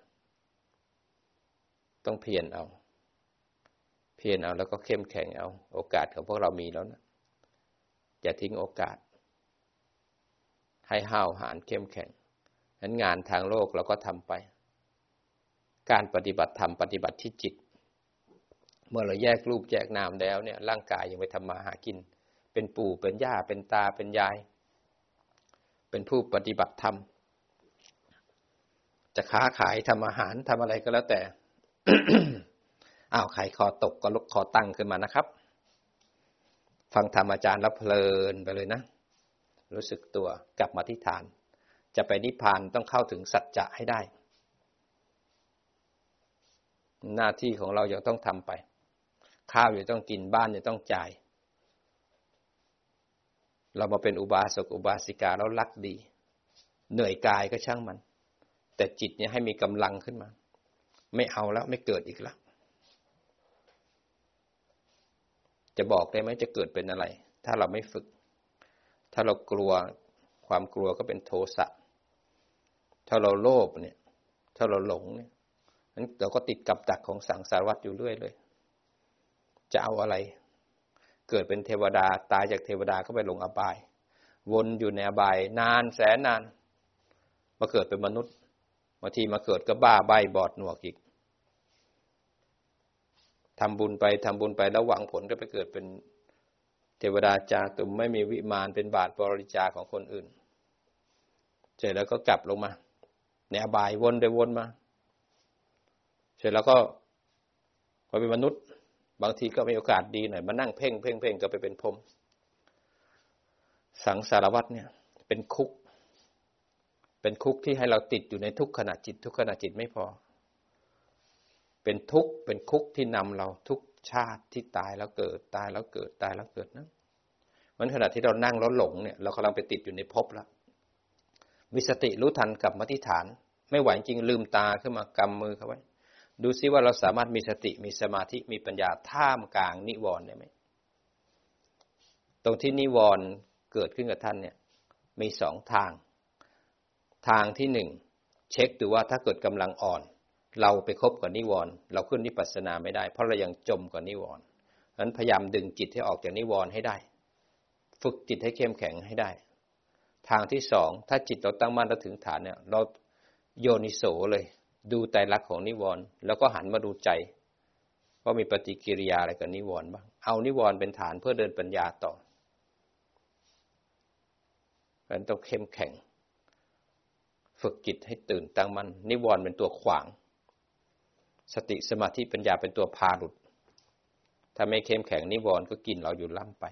ต้องเพียรเอาเพียรเอาแล้วก็เข้มแข็งเอาโอกาสของพวกเรามีแล้วนะอย่าทิ้งโอกาสให้ห้าวหาญเข้มแข็งงั้นงานทางโลกเราก็ทำไปการปฏิบัติธรรมปฏิบัติที่จิตเมื่อเราแยกรูปแยกนามแล้วเนี่ยร่างกายยังไปทำมาหากินเป็นปู่เป็นย่าเป็นตาเป็นยายเป็นผู้ปฏิบัติธรรมจะค้าขายทำอาหารทำอะไรก็แล้วแต่ อ้าวใครคอตกก็ลุกคอตั้งขึ้นมานะครับฟังธรรมอาจารย์แล้วเพลินไปเลยนะรู้สึกตัวกลับมาที่ฐานจะไปนิพพานต้องเข้าถึงสัจจะให้ได้หน้าที่ของเรายังต้องทำไปข้าวยังต้องกินบ้านยังต้องจ่ายเรามาเป็นอุบาสกอุบาสิกาแล้วรักดีเหนื่อยกายก็ช่างมันแต่จิตเนี่ยให้มีกำลังขึ้นมาไม่เอาแล้วไม่เกิดอีกแล้วจะบอกได้ไหมจะเกิดเป็นอะไรถ้าเราไม่ฝึกถ้าเรากลัวความกลัวก็เป็นโทสะถ้าเราโลภเนี่ยถ้าเราหลงเนี่ยนั้นเราก็ติดกับดักของสังสารวัฏอยู่เรื่อยเลยจะเอาอะไรเกิดเป็นเทวดาตายจากเทวดาก็ไปลงอบายวนอยู่ในอบายนานแสนนานมาเกิดเป็นมนุษย์บางทีมาเกิดก็บ้าใบบอดหนวกอีกทำบุญไปทำบุญไปแล้วหวังผลก็ไปเกิดเป็นเทวดาจาตุมไม่มีวิมานเป็นบาทบริจาคของคนอื่นเสร็จแล้วก็กลับลงมาในอบายวนไปวนมาเสร็จแล้วก็พอเป็นมนุษย์บางทีก็มีโอกาสดีหน่อยมานั่งเพ่งเพ่งเพ่งก็ไปเป็นพรหมสังสารวัฏเนี่ยเป็นคุกเป็นคุกที่ให้เราติดอยู่ในทุกขณะจิตทุกขณะจิตไม่พอเป็นทุกข์เป็นคุกที่นำเราทุกชาติที่ตายแล้วเกิดตายแล้วเกิดตายแล้วเกิดนะมันขณะที่เรานั่งแล้วหลงเนี่ยเรากำลังไปติดอยู่ในภพแล้วมีสติรู้ทันกลับมาที่ฐานไม่ไหวจริงลืมตาขึ้นมากำมือเขาไว้ดูซิว่าเราสามารถมีสติมีสมาธิมีปัญญาท่ามกลางนิวรณ์ได้ไหมตรงที่นิวรณ์เกิดขึ้นกับท่านเนี่ยมีสองทางทางที่หนึ่งเช็คดูว่าถ้าเกิดกำลังอ่อนเราไปคบกับนิวรณ์เราขึ้นวิปัสสนาไม่ได้เพราะเรายังจมกับนิวรณ์ฉะนั้นพยายามดึงจิตให้ออกจากนิวรณ์ให้ได้ฝึกจิตให้เข้มแข็งให้ได้ทางที่สองถ้าจิตเราตั้งมั่นแล้วถึงฐานเนี่ยเราโยนิโสเลยดูไตรลักษณ์ของนิวรณ์แล้วก็หันมาดูใจว่ามีปฏิกิริยาอะไรกับนิวรณ์บ้างเอานิวรณ์เป็นฐานเพื่อเดินปัญญาต่อฉะนั้นต้องเข้มแข็งฝึกจิตให้ตื่นตั้งมั่นนิวรณ์เป็นตัวขวางสติสมาธิปัญญาเป็นตัวพาหลุดถ้าไม่เข้มแข็งนิวรณ์ก็กินเราอยู่ล่ำไป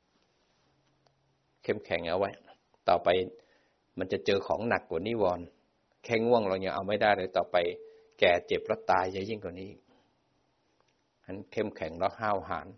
เข้มแข็งเอาไว้ต่อไปมันจะเจอของหนักกว่านิวรณ์แค่ง่วงเรายังเอาไม่ได้เลยต่อไปแก่เจ็บแล้วตายจะยิ่งกว่านี้ฉะนั้นเข้มแข็งแล้วห้าวหาญ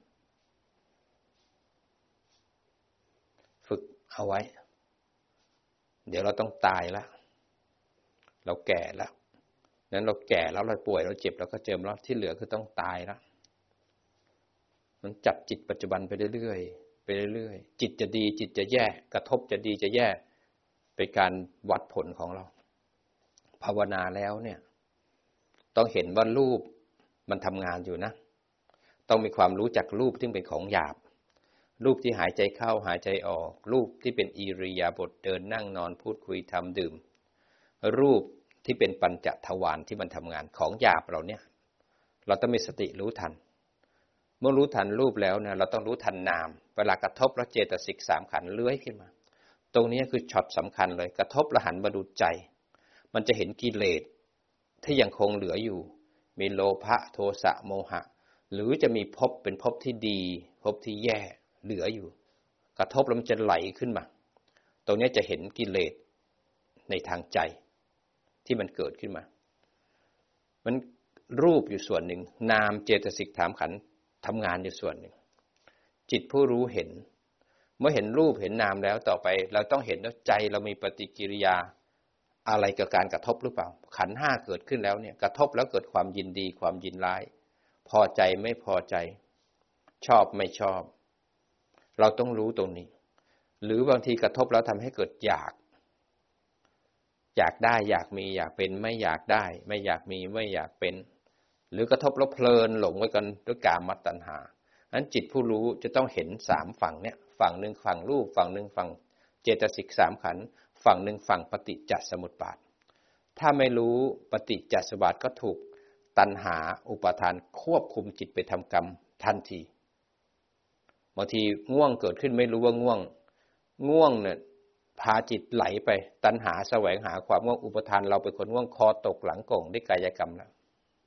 ฝึกเอาไว้เดี๋ยวเราต้องตายแล้วเราแก่แล้วนั้นเราแก่แล้วเราป่วยเราเจ็บแล้วก็เจ็บแล้วที่เหลือคือต้องตายแล้วมันจับจิตปัจจุบันไปเรื่อยๆไปเรื่อยๆจิตจะดีจิตจะแย่กระทบจะดีจะแย่เป็นการวัดผลของเราภาวนาแล้วเนี่ยต้องเห็นว่ารูปมันทำงานอยู่นะต้องมีความรู้จักรูปที่เป็นของหยาบรูปที่หายใจเข้าหายใจออกรูปที่เป็นอิริยาบถเดินนั่งนอนพูดคุยทำดื่มรูปที่เป็นปัญจทวารที่มันทำงานของหยาบเราเนี่ยเราต้องมีสติรู้ทันเมื่อรู้ทันรูปแล้วเนี่ยเราต้องรู้ทันนามเวลากระทบแล้วเจตสิกสามขันธ์เลื้อยขึ้นมาตรงนี้คือช็อตสำคัญเลยกระทบแล้วหันมาดูใจมันจะเห็นกิเลสที่ยังคงเหลืออยู่มีโลภะโทสะโมหะหรือจะมีภพเป็นภพที่ดีภพที่แย่เหลืออยู่กระทบแล้วมันจะไหลขึ้นมาตรงนี้จะเห็นกิเลสในทางใจที่มันเกิดขึ้นมามันรูปอยู่ส่วนหนึ่งนามเจตสิกสามขันธ์ทำงานอยู่ส่วนหนึ่งจิตผู้รู้เห็นเมื่อเห็นรูปเห็นนามแล้วต่อไปเราต้องเห็นว่าใจเรามีปฏิกิริยาอะไรกับการกระทบหรือเปล่าขันธ์ห้าเกิดขึ้นแล้วเนี่ยกระทบแล้วเกิดความยินดีความยินร้ายพอใจไม่พอใจชอบไม่ชอบเราต้องรู้ตรงนี้หรือบางทีกระทบแล้วทำให้เกิดอยากอยากได้อยากมีอยากเป็นไม่อยากได้ไม่อยากมีไม่อยากเป็นหรือกระทบแล้วเพลินหลงไว้กันด้วยกามตัณหานั้นจิตผู้รู้จะต้องเห็นสามฝั่งเนี่ยฝั่งหนึ่งฝั่งรูปฝั่งหนึ่งฝั่งเจตสิกสามขันธ์ฝั่งหนึ่งฝั่งปฏิจจสมุปบาทถ้าไม่รู้ปฏิจจสมุปบาทก็ถูกตัณหาอุปาทานควบคุมจิตไปทำกรรมทันทีบางทีง่วงเกิดขึ้นไม่รู้ว่าง่วงง่วงเนี่ยพาจิตไหลไปตัณหาแสวงหาความง่วงอุปทานเราเป็นคนง่วงคอตกหลังโก่งได้กายกรรมแล้ว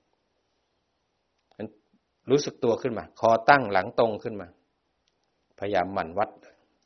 รู้สึกตัวขึ้นมาคอตั้งหลังตรงขึ้นมาพยายามหมั่นวัด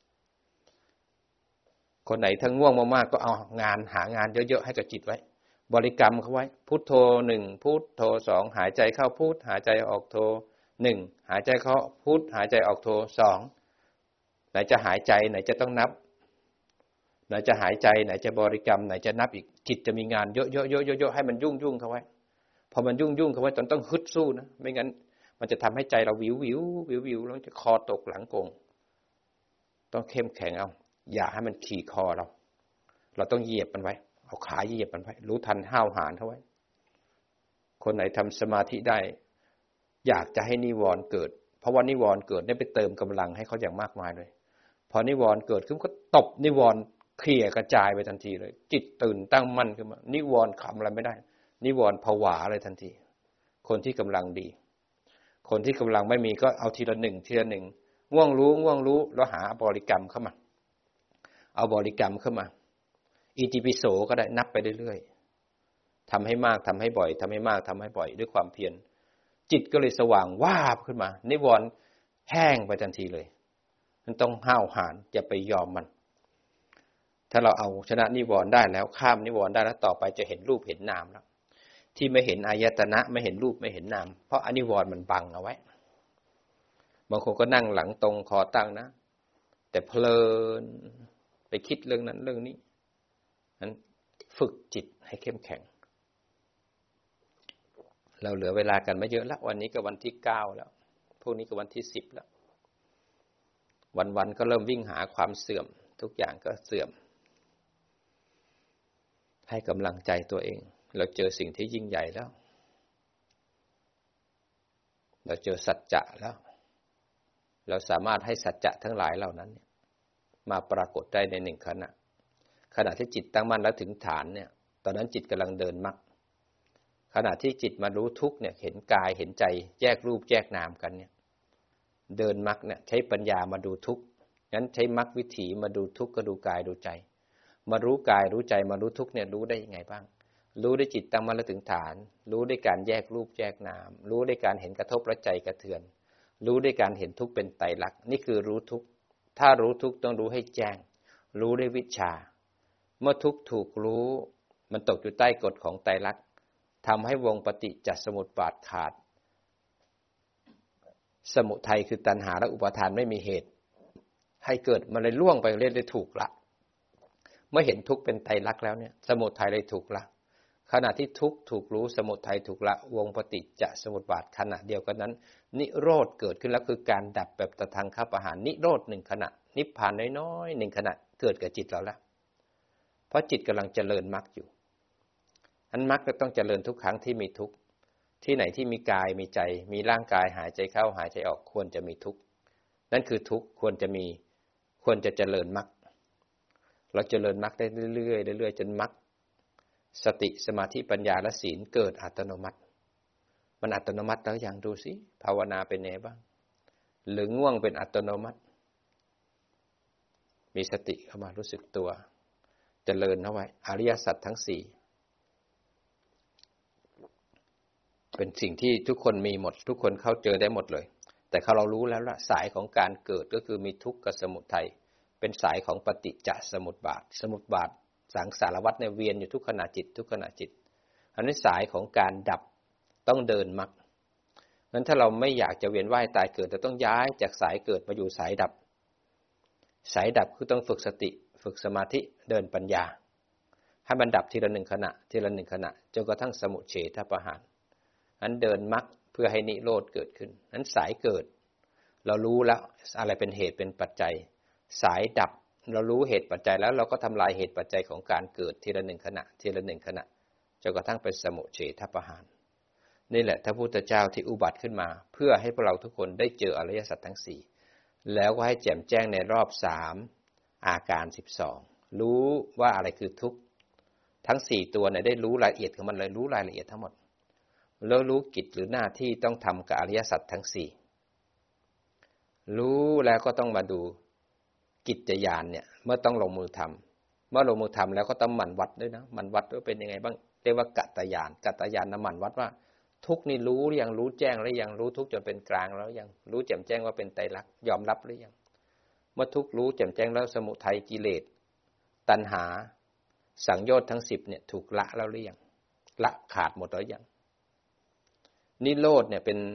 คนไหนถ้าง่วงมากๆก็เอางานหางานเยอะๆให้กับจิตไว้บริกรรมเขาไว้พุทโธหนึ่งพุทโธสองหายใจเข้าพุทหายใจออกโธหนึ่งหายใจเข้าพุทหายใจออกโธสองไหนจะหายใจไหนจะต้องนับไหนจะหายใจไหนจะบริกรรมไหนจะนับอีกจิตจะมีงานเยอะๆๆๆให้มันยุ่งๆเขาไว้พอมันยุ่งๆเขาไว้จนต้องฮึดสู้นะไม่งั้นมันจะทำให้ใจเราวิววิววิววิวแล้วจะคอตกหลังโกงต้องเข้มแข็งเอาอย่าให้มันขี่คอเราเราต้องเหยียบมันไว้เอาขาเหยียบมันไว้รู้ทันห้าวหาญเขาไว้คนไหนทำสมาธิได้อยากจะให้นิวรณ์เกิดเพราะว่านิวรณ์เกิดได้ไปเติมกำลังให้เขาอย่างมากมายเลยพอนิวรณ์เกิดขึ้นก็ตบนิวรณ์เคลียร์กระจายไปทันทีเลยจิตตื่นตั้งมั่นขึ้นมานิวรณ์ขำอะไรไม่ได้นิวรณ์ผวาเลยทันทีคนที่กำลังดีคนที่กำลังไม่มีก็เอาทีละหนึ่งทีละหนึ่งง่วงรู้ง่วงรู้แล้วหาบริกรรมเข้ามาเอาบริกรรมเข้ามาอิติปิโสก็ได้นับไปเรื่อยๆทำให้มากทำให้บ่อยทำให้มากทำให้บ่อยด้วยความเพียรจิตก็เลยสว่างวาบขึ้นมานิวรณ์แห้งไปทันทีเลยมันต้องห้าวหาญอย่าไปยอมมันถ้าเราเอาชนะนิวรณ์ได้แล้วข้ามนิวรณ์ได้แล้วต่อไปจะเห็นรูปเห็นนามแล้วที่ไม่เห็นอายตนะไม่เห็นรูปไม่เห็นนามเพราะอนิวรณ์มันบังเอาไว้บางคนก็นั่งหลังตรงคอตั้งนะแต่เพลินไปคิดเรื่องนั้นเรื่องนี้นั้นฝึกจิตให้เข้มแข็งเราเหลือเวลากันไม่เยอะแล้ววันนี้ก็วันที่เก้าแล้วพวกนี้ก็วันที่สิบแล้ววันๆก็เริ่มวิ่งหาความเสื่อมทุกอย่างก็เสื่อมให้กำลังใจตัวเองเราเจอสิ่งที่ยิ่งใหญ่แล้วเราเจอสัจจะแล้วเราสามารถให้สัจจะทั้งหลายเหล่านั้นมาปรากฏได้ในหนึ่งขณะขณะที่จิตตั้งมั่นแล้วถึงฐานเนี่ยตอนนั้นจิตกำลังเดินมรรคขณะที่จิตมารู้ทุกข์เนี่ยเห็นกายเห็นใจแยกรูปแยกนามกันเนี่ยเดินมรรคเนี่ยใช้ปัญญามาดูทุกข์งั้นใช้มรรควิถีมาดูทุกข์ก็ดูกายดูใจมารู้กายรู้ใจมารู้ทุกข์เนี่ยรู้ได้ยังไงบ้างรู้ได้จิตตั้งมั่นแล้วถึงฐานรู้ได้การแยกรูปแยกนามรู้ได้การเห็นกระทบและใจกระเทือนรู้ได้การเห็นทุกข์เป็นไตรลักษณ์นี่คือรู้ทุกข์ถ้ารู้ทุกข์ต้องรู้ให้แจ้งรู้ด้วยวิชชาเมื่อทุกข์ถูกรู้มันตกอยู่ใต้กฎของไตรลักษณ์ทำให้วงปฏิจจสมุปบาทขาดสมุทัยคือตัณหาและอุปาทานไม่มีเหตุให้เกิดมันเลยล่วงไปเรื่อยได้ถูกละเมื่อเห็นทุกข์เป็นไตรลักษณ์แล้วเนี่ยสมุทัยเลยถูกละขณะที่ทุกข์ถูกรู้สมุทัยถูกละวงปฏิจจสมุปบาทขณะเดียวกันนั้นนิโรธเกิดขึ้นแล้วคือการดับแบบตะทังคประหารนิโรธหนึ่งขณะนิพพานน้อยๆหนึ่งขณะเกิดกับจิตเราแล้วเพราะจิตกำลังเจริญมรรคอยู่อันมรรคก็ต้องเจริญทุกครั้งที่มีทุกข์ที่ไหนที่มีกายมีใจมีร่างกายหายใจเข้าหายใจออกควรจะมีทุกข์นั่นคือทุกข์ควรจะมีควรจะเจริญมรรคเราเจริญมรรคได้เรื่อยๆเรื่อยๆจนมรรคสติสมาธิปัญญาและศีลเกิดอัตโนมัติมันอัตโนมัติแล้วอย่างดูสิภาวนาเป็นไงบ้างหรือง่วงเป็นอัตโนมัติมีสติเข้ามารู้สึกตัวเจริญเอาไว้อริยสัจทั้งสี่เป็นสิ่งที่ทุกคนมีหมดทุกคนเข้าเจอได้หมดเลยแต่เขาเรารู้แล้วละสายของการเกิดก็คือมีทุกข์กับสมุทัยเป็นสายของปฏิจจสมุปบาทสมุปบาทสังสารวัฏเนี่ยเวียนอยู่ทุกขณะจิตทุกขณะจิตอันนี้สายของการดับต้องเดินมรรคงั้นถ้าเราไม่อยากจะเวียนว่ายตายเกิดจะต้องย้ายจากสายเกิดมาอยู่สายดับสายดับคือต้องฝึกสติฝึกสมาธิเดินปัญญาให้มันดับทีละหนึ่งขณะทีละหนึ่งขณะจนกระทั่งสมุเฉทประหารนั้นเดินมรรคเพื่อให้นิโรธเกิดขึ้นนั้นสายเกิดเรารู้แล้วอะไรเป็นเหตุเป็นปัจจัยสายดับเรารู้เหตุปัจจัยแล้วเราก็ทำลายเหตุปัจจัยของการเกิดทีละหนึ่งขณะทีละหนึ่งขณะจนกระทั่งเป็นสมุเฉทประหารนี่แหละพระพุทธเจ้าที่อุบัติขึ้นมาเพื่อให้พวกเราทุกคนได้เจออริยสัจทั้งสี่แล้วก็ให้แจ่มแจ้งในรอบสามอาการสิบสองรู้ว่าอะไรคือทุกข์ทั้งสี่ตัวเนี่ยได้รู้รายละเอียดของมันเลยรู้รายละเอียดทั้งหมดแล้วรู้กิจหรือหน้าที่ต้องทำกับอริยสัจทั้งสี่รู้แล้วก็ต้องมาดูกิจญาณเนี่ยเมื่อต้องลงมือทำเมื่อลงมือทำแล้วก็ต้องหมั่นวัดด้วยนะหมั่นวัดว่าเป็นยังไงบ้างเรียกว่ากัตตญาณกัตตญาณนะหมั่นวัดว่าทุกนี่รู้หรือยังรู้แจ้งหรือยังรู้ทุกจนเป็นกลางแล้วยังรู้แจ่มแจ้งว่าเป็นไตรลักษณ์ยอมรับหรือยังเมื่อทุกรู้แจ่มแจ้งแล้วสมุทัยกิเลสตัณหาสังโยชน์ทั้งสิบเนี่ยถูกละแล้วหรือยังละขาดหมดแล้วยังนิโรธเนี่ยเป็น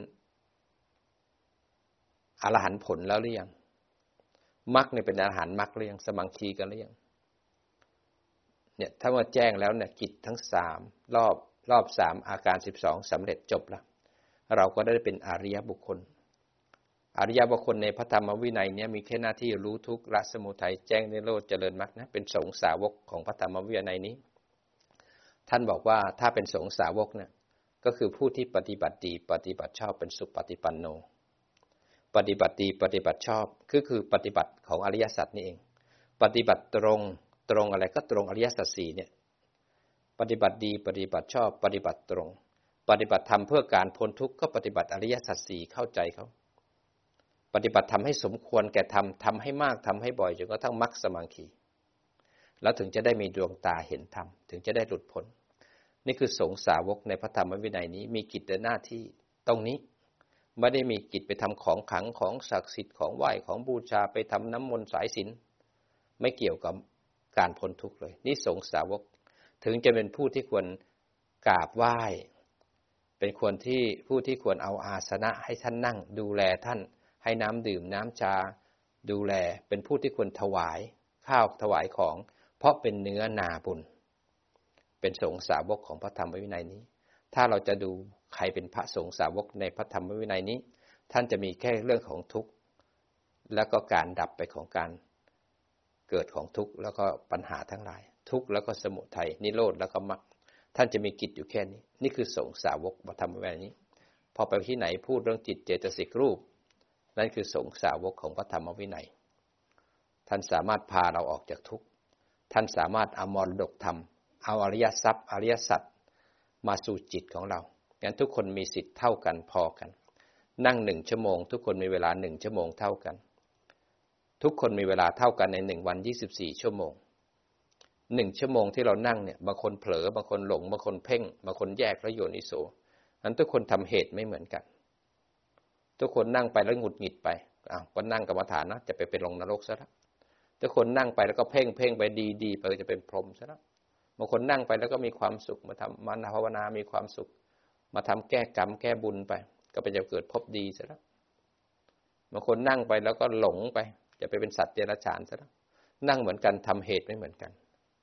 อรหันต์ผลแล้วหรือยังมรรคเนี่ยเป็นอรหันต์มรรคหรือยังสมังคีกันหรือยังเนี่ยถ้ามาแจ้งแล้วเนี่ยกิจทั้งสามรอบรอบสามอาการสิบสองสำเร็จจบแล้วเราก็ได้เป็นอริยบุคคลอริยบุคคลในพระธรรมวินัยเนี่ยมีแค่หน้าที่รู้ทุกข์ละสมุทัยแจ้งนิโรธเจริญมรรคนะเป็นสงฆ์สาวกของพระธรรมวินัยนี้ท่านบอกว่าถ้าเป็นสงฆ์สาวกเนี่ยก็คือผู้ที่ปฏิบัติดีปฏิบัติชอบเป็นสุปฏิปันโนปฏิบัติดีปฏิบัติชอบคือคือปฏิบัติของอริยสัจนี่เองปฏิบัติตรงตรงอะไรก็ตรงอริยสัจสี่เนี่ยปฏิบัติดีปฏิบัติชอบปฏิบัติตรงปฏิบัติธรรมเพื่อการพ้นทุกข์ก็ปฏิบัติอริยสัจสี่เข้าใจเขาปฏิบัติธรรมให้สมควรแก่ธรรมทำให้มากทำให้บ่อยจนกระทั่งมรรคสมังคีแล้วถึงจะได้มีดวงตาเห็นธรรมถึงจะได้หลุดพ้นนี่คือสงฆ์สาวกในพระธรรมวินัยนี้มีกิจและหน้าที่ตรงนี้ไม่ได้มีกิจไปทำของขลังของศักดิ์สิทธิ์ของไหว้ของบูชาไปทำน้ำมนต์สายศีลไม่เกี่ยวกับการพ้นทุกข์เลยนี่สงฆ์สาวกถึงจะเป็นผู้ที่ควรกราบไหว้เป็นควรที่ผู้ที่ควรเอาอาสนะให้ท่านนั่งดูแลท่านให้น้ำดื่มน้ำชาดูแลเป็นผู้ที่ควรถวายข้าวถวายของเพราะเป็นเนื้อนาบุญเป็นสงฆ์สาวกของพระธรรมวินัยนี้ถ้าเราจะดูใครเป็นพระสงฆ์สาวกในพระธรรมวินัยนี้ท่านจะมีแค่เรื่องของทุกข์แล้วก็การดับไปของการเกิดของทุกข์แล้วก็ปัญหาทั้งหลายทุกข์แล้วก็สมุทัยนิโรธแล้วก็มรรคท่านจะมีกิจอยู่แค่นี้นี่คือสงฆ์สาวกพระธรรมวินัยนี้พอไปที่ไหนพูดเรื่องจิตเจตสิกรูปนั่นคือสงฆ์สาวกของพระธรรมวินัยท่านสามารถพาเราออกจากทุกข์ท่านสามารถเอามรดกธรรมเอาอริยทรัพย์อริยสัจมาสู่จิตของเรางั้นทุกคนมีสิทธิ์เท่ากันพอกันนั่งหนึ่งชั่วโมงทุกคนมีเวลาหนึ่งชั่วโมงเท่ากันทุกคนมีเวลาเท่ากันในหนึ่งวันยี่สิบสี่ชั่วโมงหนึ่งชั่วโมงที่เรานั่งเนี่ยบางคนเผลอบางคนหลงบางคนเพ่งบางคนแยกแล้วโยนิโสนั้นทุกคนทำเหตุไม่เหมือนกันทุกคนนั่งไปแล้วหงุดหงิดไปอ้าวก็นั่งกรรมฐานนะจะไปเป็นลงนรกซะแล้วทุกคนนั่งไปแล้วก็เพ่งเพ่งไปดีๆไปจะเป็นพรหมซะแล้วบางคนนั่งไปแล้วก็มีความสุขมาทำมาภาวนามีความสุขมาทำแก้กรรมแก้บุญไปก็ไปจะเกิดพบดีซะแล้วบางคนนั่งไปแล้วก็หลงไปจะไปเป็นสัตว์เดรัจฉานซะแล้วนั่งเหมือนกันทำเหตุไม่เหมือนกัน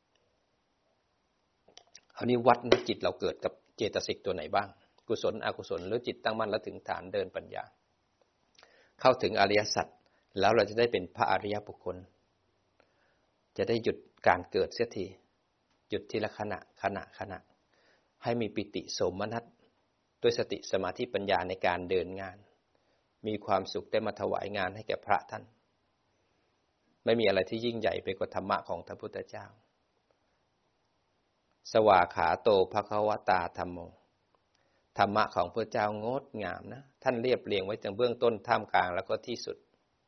เอานี้วัดนะจิตเราเกิดกับเจตสิกตัวไหนบ้างกุศลอกุศลหรือจิตตั้งมั่นแล้วถึงฐานเดินปัญญาเข้าถึงอริยสัจแล้วเราจะได้เป็นพระอริยบุคคลจะได้หยุดการเกิดเสียทีหยุดทีละขณะขณะขณะให้มีปิติโสมนัสด้วยสติสมาธิปัญญาในการเดินงานมีความสุขได้มาถวายงานให้แก่พระท่านไม่มีอะไรที่ยิ่งใหญ่ไปกว่าธรรมะของพระพุทธเจ้าสวากขาโตภควตาธัมโมธรรมะของพระเจ้างดงามนะท่านเรียบเรียงไว้จากเบื้องต้นท่ามกลางแล้วก็ที่สุด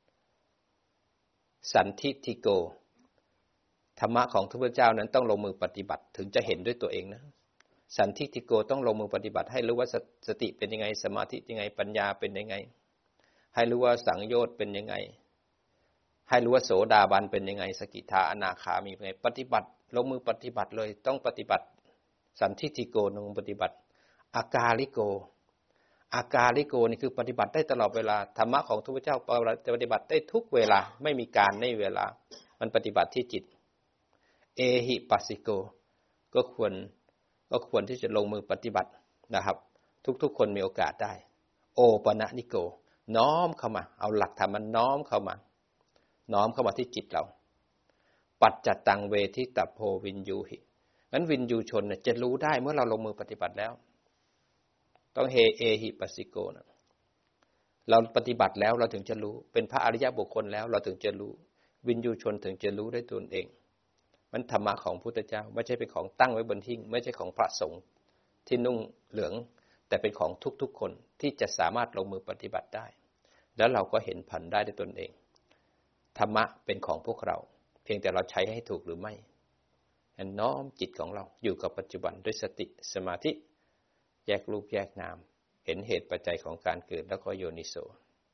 สันทิฏฐิโกธรรมะของพระพุทธเจ้านั้นต้องลงมือปฏิบัติถึงจะเห็นด้วยตัวเองนะสันทิฏฐิโกต้องลงมือปฏิบัติให้รู้ว่าสติเป็นยังไงสมาธิยังไงปัญญาเป็นยังไงให้รู้ว่าสังโยชน์เป็นยังไงให้รู้ว่าโสดาบันเป็นยังไงสกิทาอนาคามีเป็นยังไงปฏิบัติลงมือปฏิบัติเลยต้องปฏิบัติสันทิฏฐิโกลงมือปฏิบัติอากาลิโกอากาลิโกนี่คือปฏิบัติได้ตลอดเวลาธรรมะของพระพุทธเจ้าปฏิบัติได้ทุกเวลาไม่มีการไม่มีเวลามันปฏิบัติที่จิตเอหิปัสสิโกก็ควรก็ควรที่จะลงมือปฏิบัตินะครับทุกๆคนมีโอกาสได้โอปนะนิโกน้อมเข้ามาเอาหลักธรรมมันน้อมเข้ามาน้อมเข้ามาที่จิตเราปัจจัตตังเวทิตโพวินยูหิงั้นวินยูชนเนี่ยจะรู้ได้เมื่อเราลงมือปฏิบัติแล้วต้องเฮเอหิปัสสิโกนะเราปฏิบัติแล้วเราถึงจะรู้เป็นพระอริยบุคคลแล้วเราถึงจะรู้วินยูชนถึงจะรู้ได้ตนเองมันธรรมะของพุทธเจ้าไม่ใช่เป็นของตั้งไว้บนหิ้งไม่ใช่ของพระสงฆ์ที่นุ่งเหลืองแต่เป็นของทุกๆคนที่จะสามารถลงมือปฏิบัติได้แล้วเราก็เห็นผลได้ด้วยตนเองธรรมะเป็นของพวกเราเพียงแต่เราใช้ให้ถูกหรือไม่น้อมจิตของเราอยู่กับปัจจุบันด้วยสติสมาธิแยกรูปแยกนามเห็นเหตุปัจจัยของการเกิดแล้วก็โยนิโส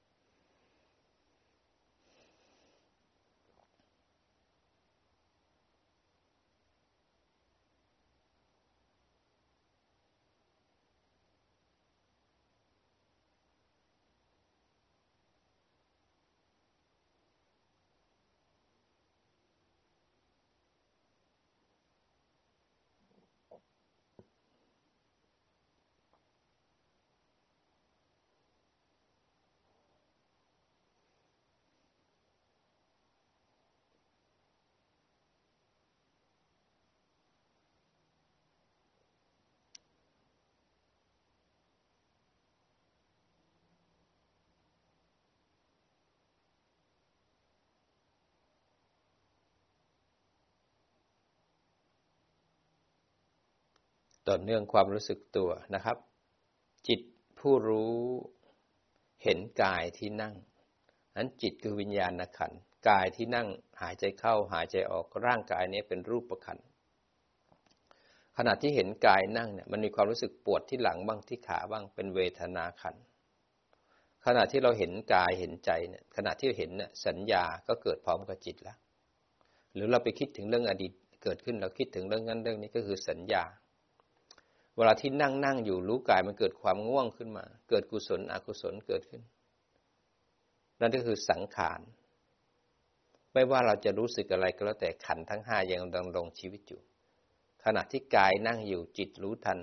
ต่อเนื่องความรู้สึกตัวนะครับจิตผู้รู้เห็นกายที่นั่งนั้นจิตคือวิญญาณขันธ์กายที่นั่งหายใจเข้าหายใจออกร่างกายนี้เป็นรูปขันธ์ขณะที่เห็นกายนั่งเนี่ยมันมีความรู้สึกปวดที่หลังบ้างที่ขาบ้างเป็นเวทนาขันธ์ขณะที่เราเห็นกายเห็นใจเนี่ยขณะที่เห็นเนี่ยสัญญาก็เกิดพร้อมกับจิตแล้วหรือเราไปคิดถึงเรื่องอดีตเกิดขึ้นเราคิดถึงเรื่องนั้นเรื่องนี้ก็คือสัญญาเวลาที่นั่งนั่งอยู่รู้กายมันเกิดความง่วงขึ้นมาเกิดกุศลอกุศลเกิดขึ้นนั่นก็คือสังขารไม่ว่าเราจะรู้สึกอะไรก็แล้วแต่ขันธ์ทั้งห้ายังดำรงชีวิตอยู่ขณะที่กายนั่งอยู่จิตรู้ทัน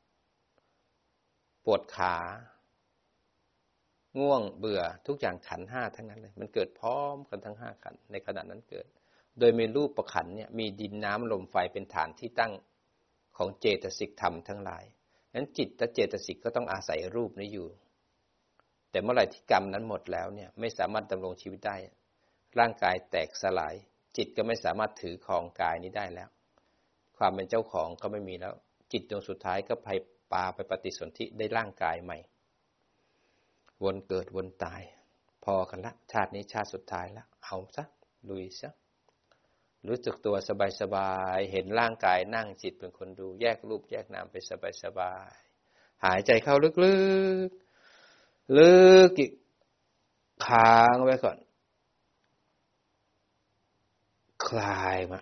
ปวดขาง่วงเบื่อทุกอย่างขันธ์ห้าทั้งนั้นเลยมันเกิดพร้อมกันทั้งห้าขันธ์ในขณะนั้นเกิดโดยมีรูปประขันธ์เนี่ยมีดินน้ำลมไฟเป็นฐานที่ตั้งของเจตสิกธรรมทั้งหลายนั้นจิตและเจตสิกก็ต้องอาศัยรูปนี้อยู่แต่เมื่อไหร่ที่กรรมนั้นหมดแล้วเนี่ยไม่สามารถดำรงชีวิตได้ร่างกายแตกสลายจิตก็ไม่สามารถถือครองกายนี้ได้แล้วความเป็นเจ้าของก็ไม่มีแล้วจิตดวงสุดท้ายก็ไปปาไปปฏิสนธิได้ร่างกายใหม่วนเกิดวนตายพอกันละชาตินี้ชาติสุดท้ายแล้วเอาซะลุยซะรู้สึกตัวสบายๆเห็นร่างกายนั่งจิตเป็นคนดูแยกรูปแยกนามไปสบายๆหายใจเข้าลึกๆลึกอีกค้างไว้ก่อนคลายมา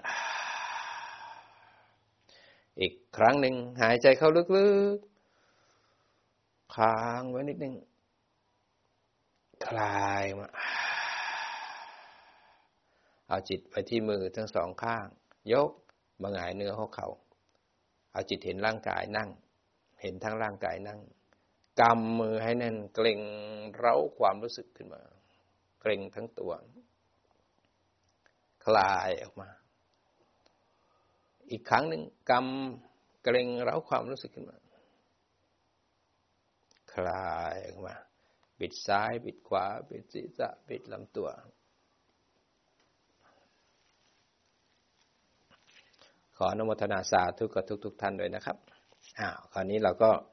อีกครั้งหนึ่งหายใจเข้าลึกๆค้างไว้นิดนึงคลายมาเอาจิตไปที่มือทั้งสองข้างยกมาหงายเนื้อหัวเข่าเอาจิตเห็นร่างกายนั่งเห็นทั้งร่างกายนั่งกำมือให้แน่นเกร็งเร้าความรู้สึกขึ้นมาเกร็งทั้งตัวคลายออกมาอีกครั้งหนึ่งกำเกร็งเร้าความรู้สึกขึ้นมาคลายออกมาบิดซ้ายบิดขวาบิดศีรษะบิดลำตัวขออนุโมทนาสาธุกับทุกๆท่านด้วยนะครับอ้าวคราวนี้เราก็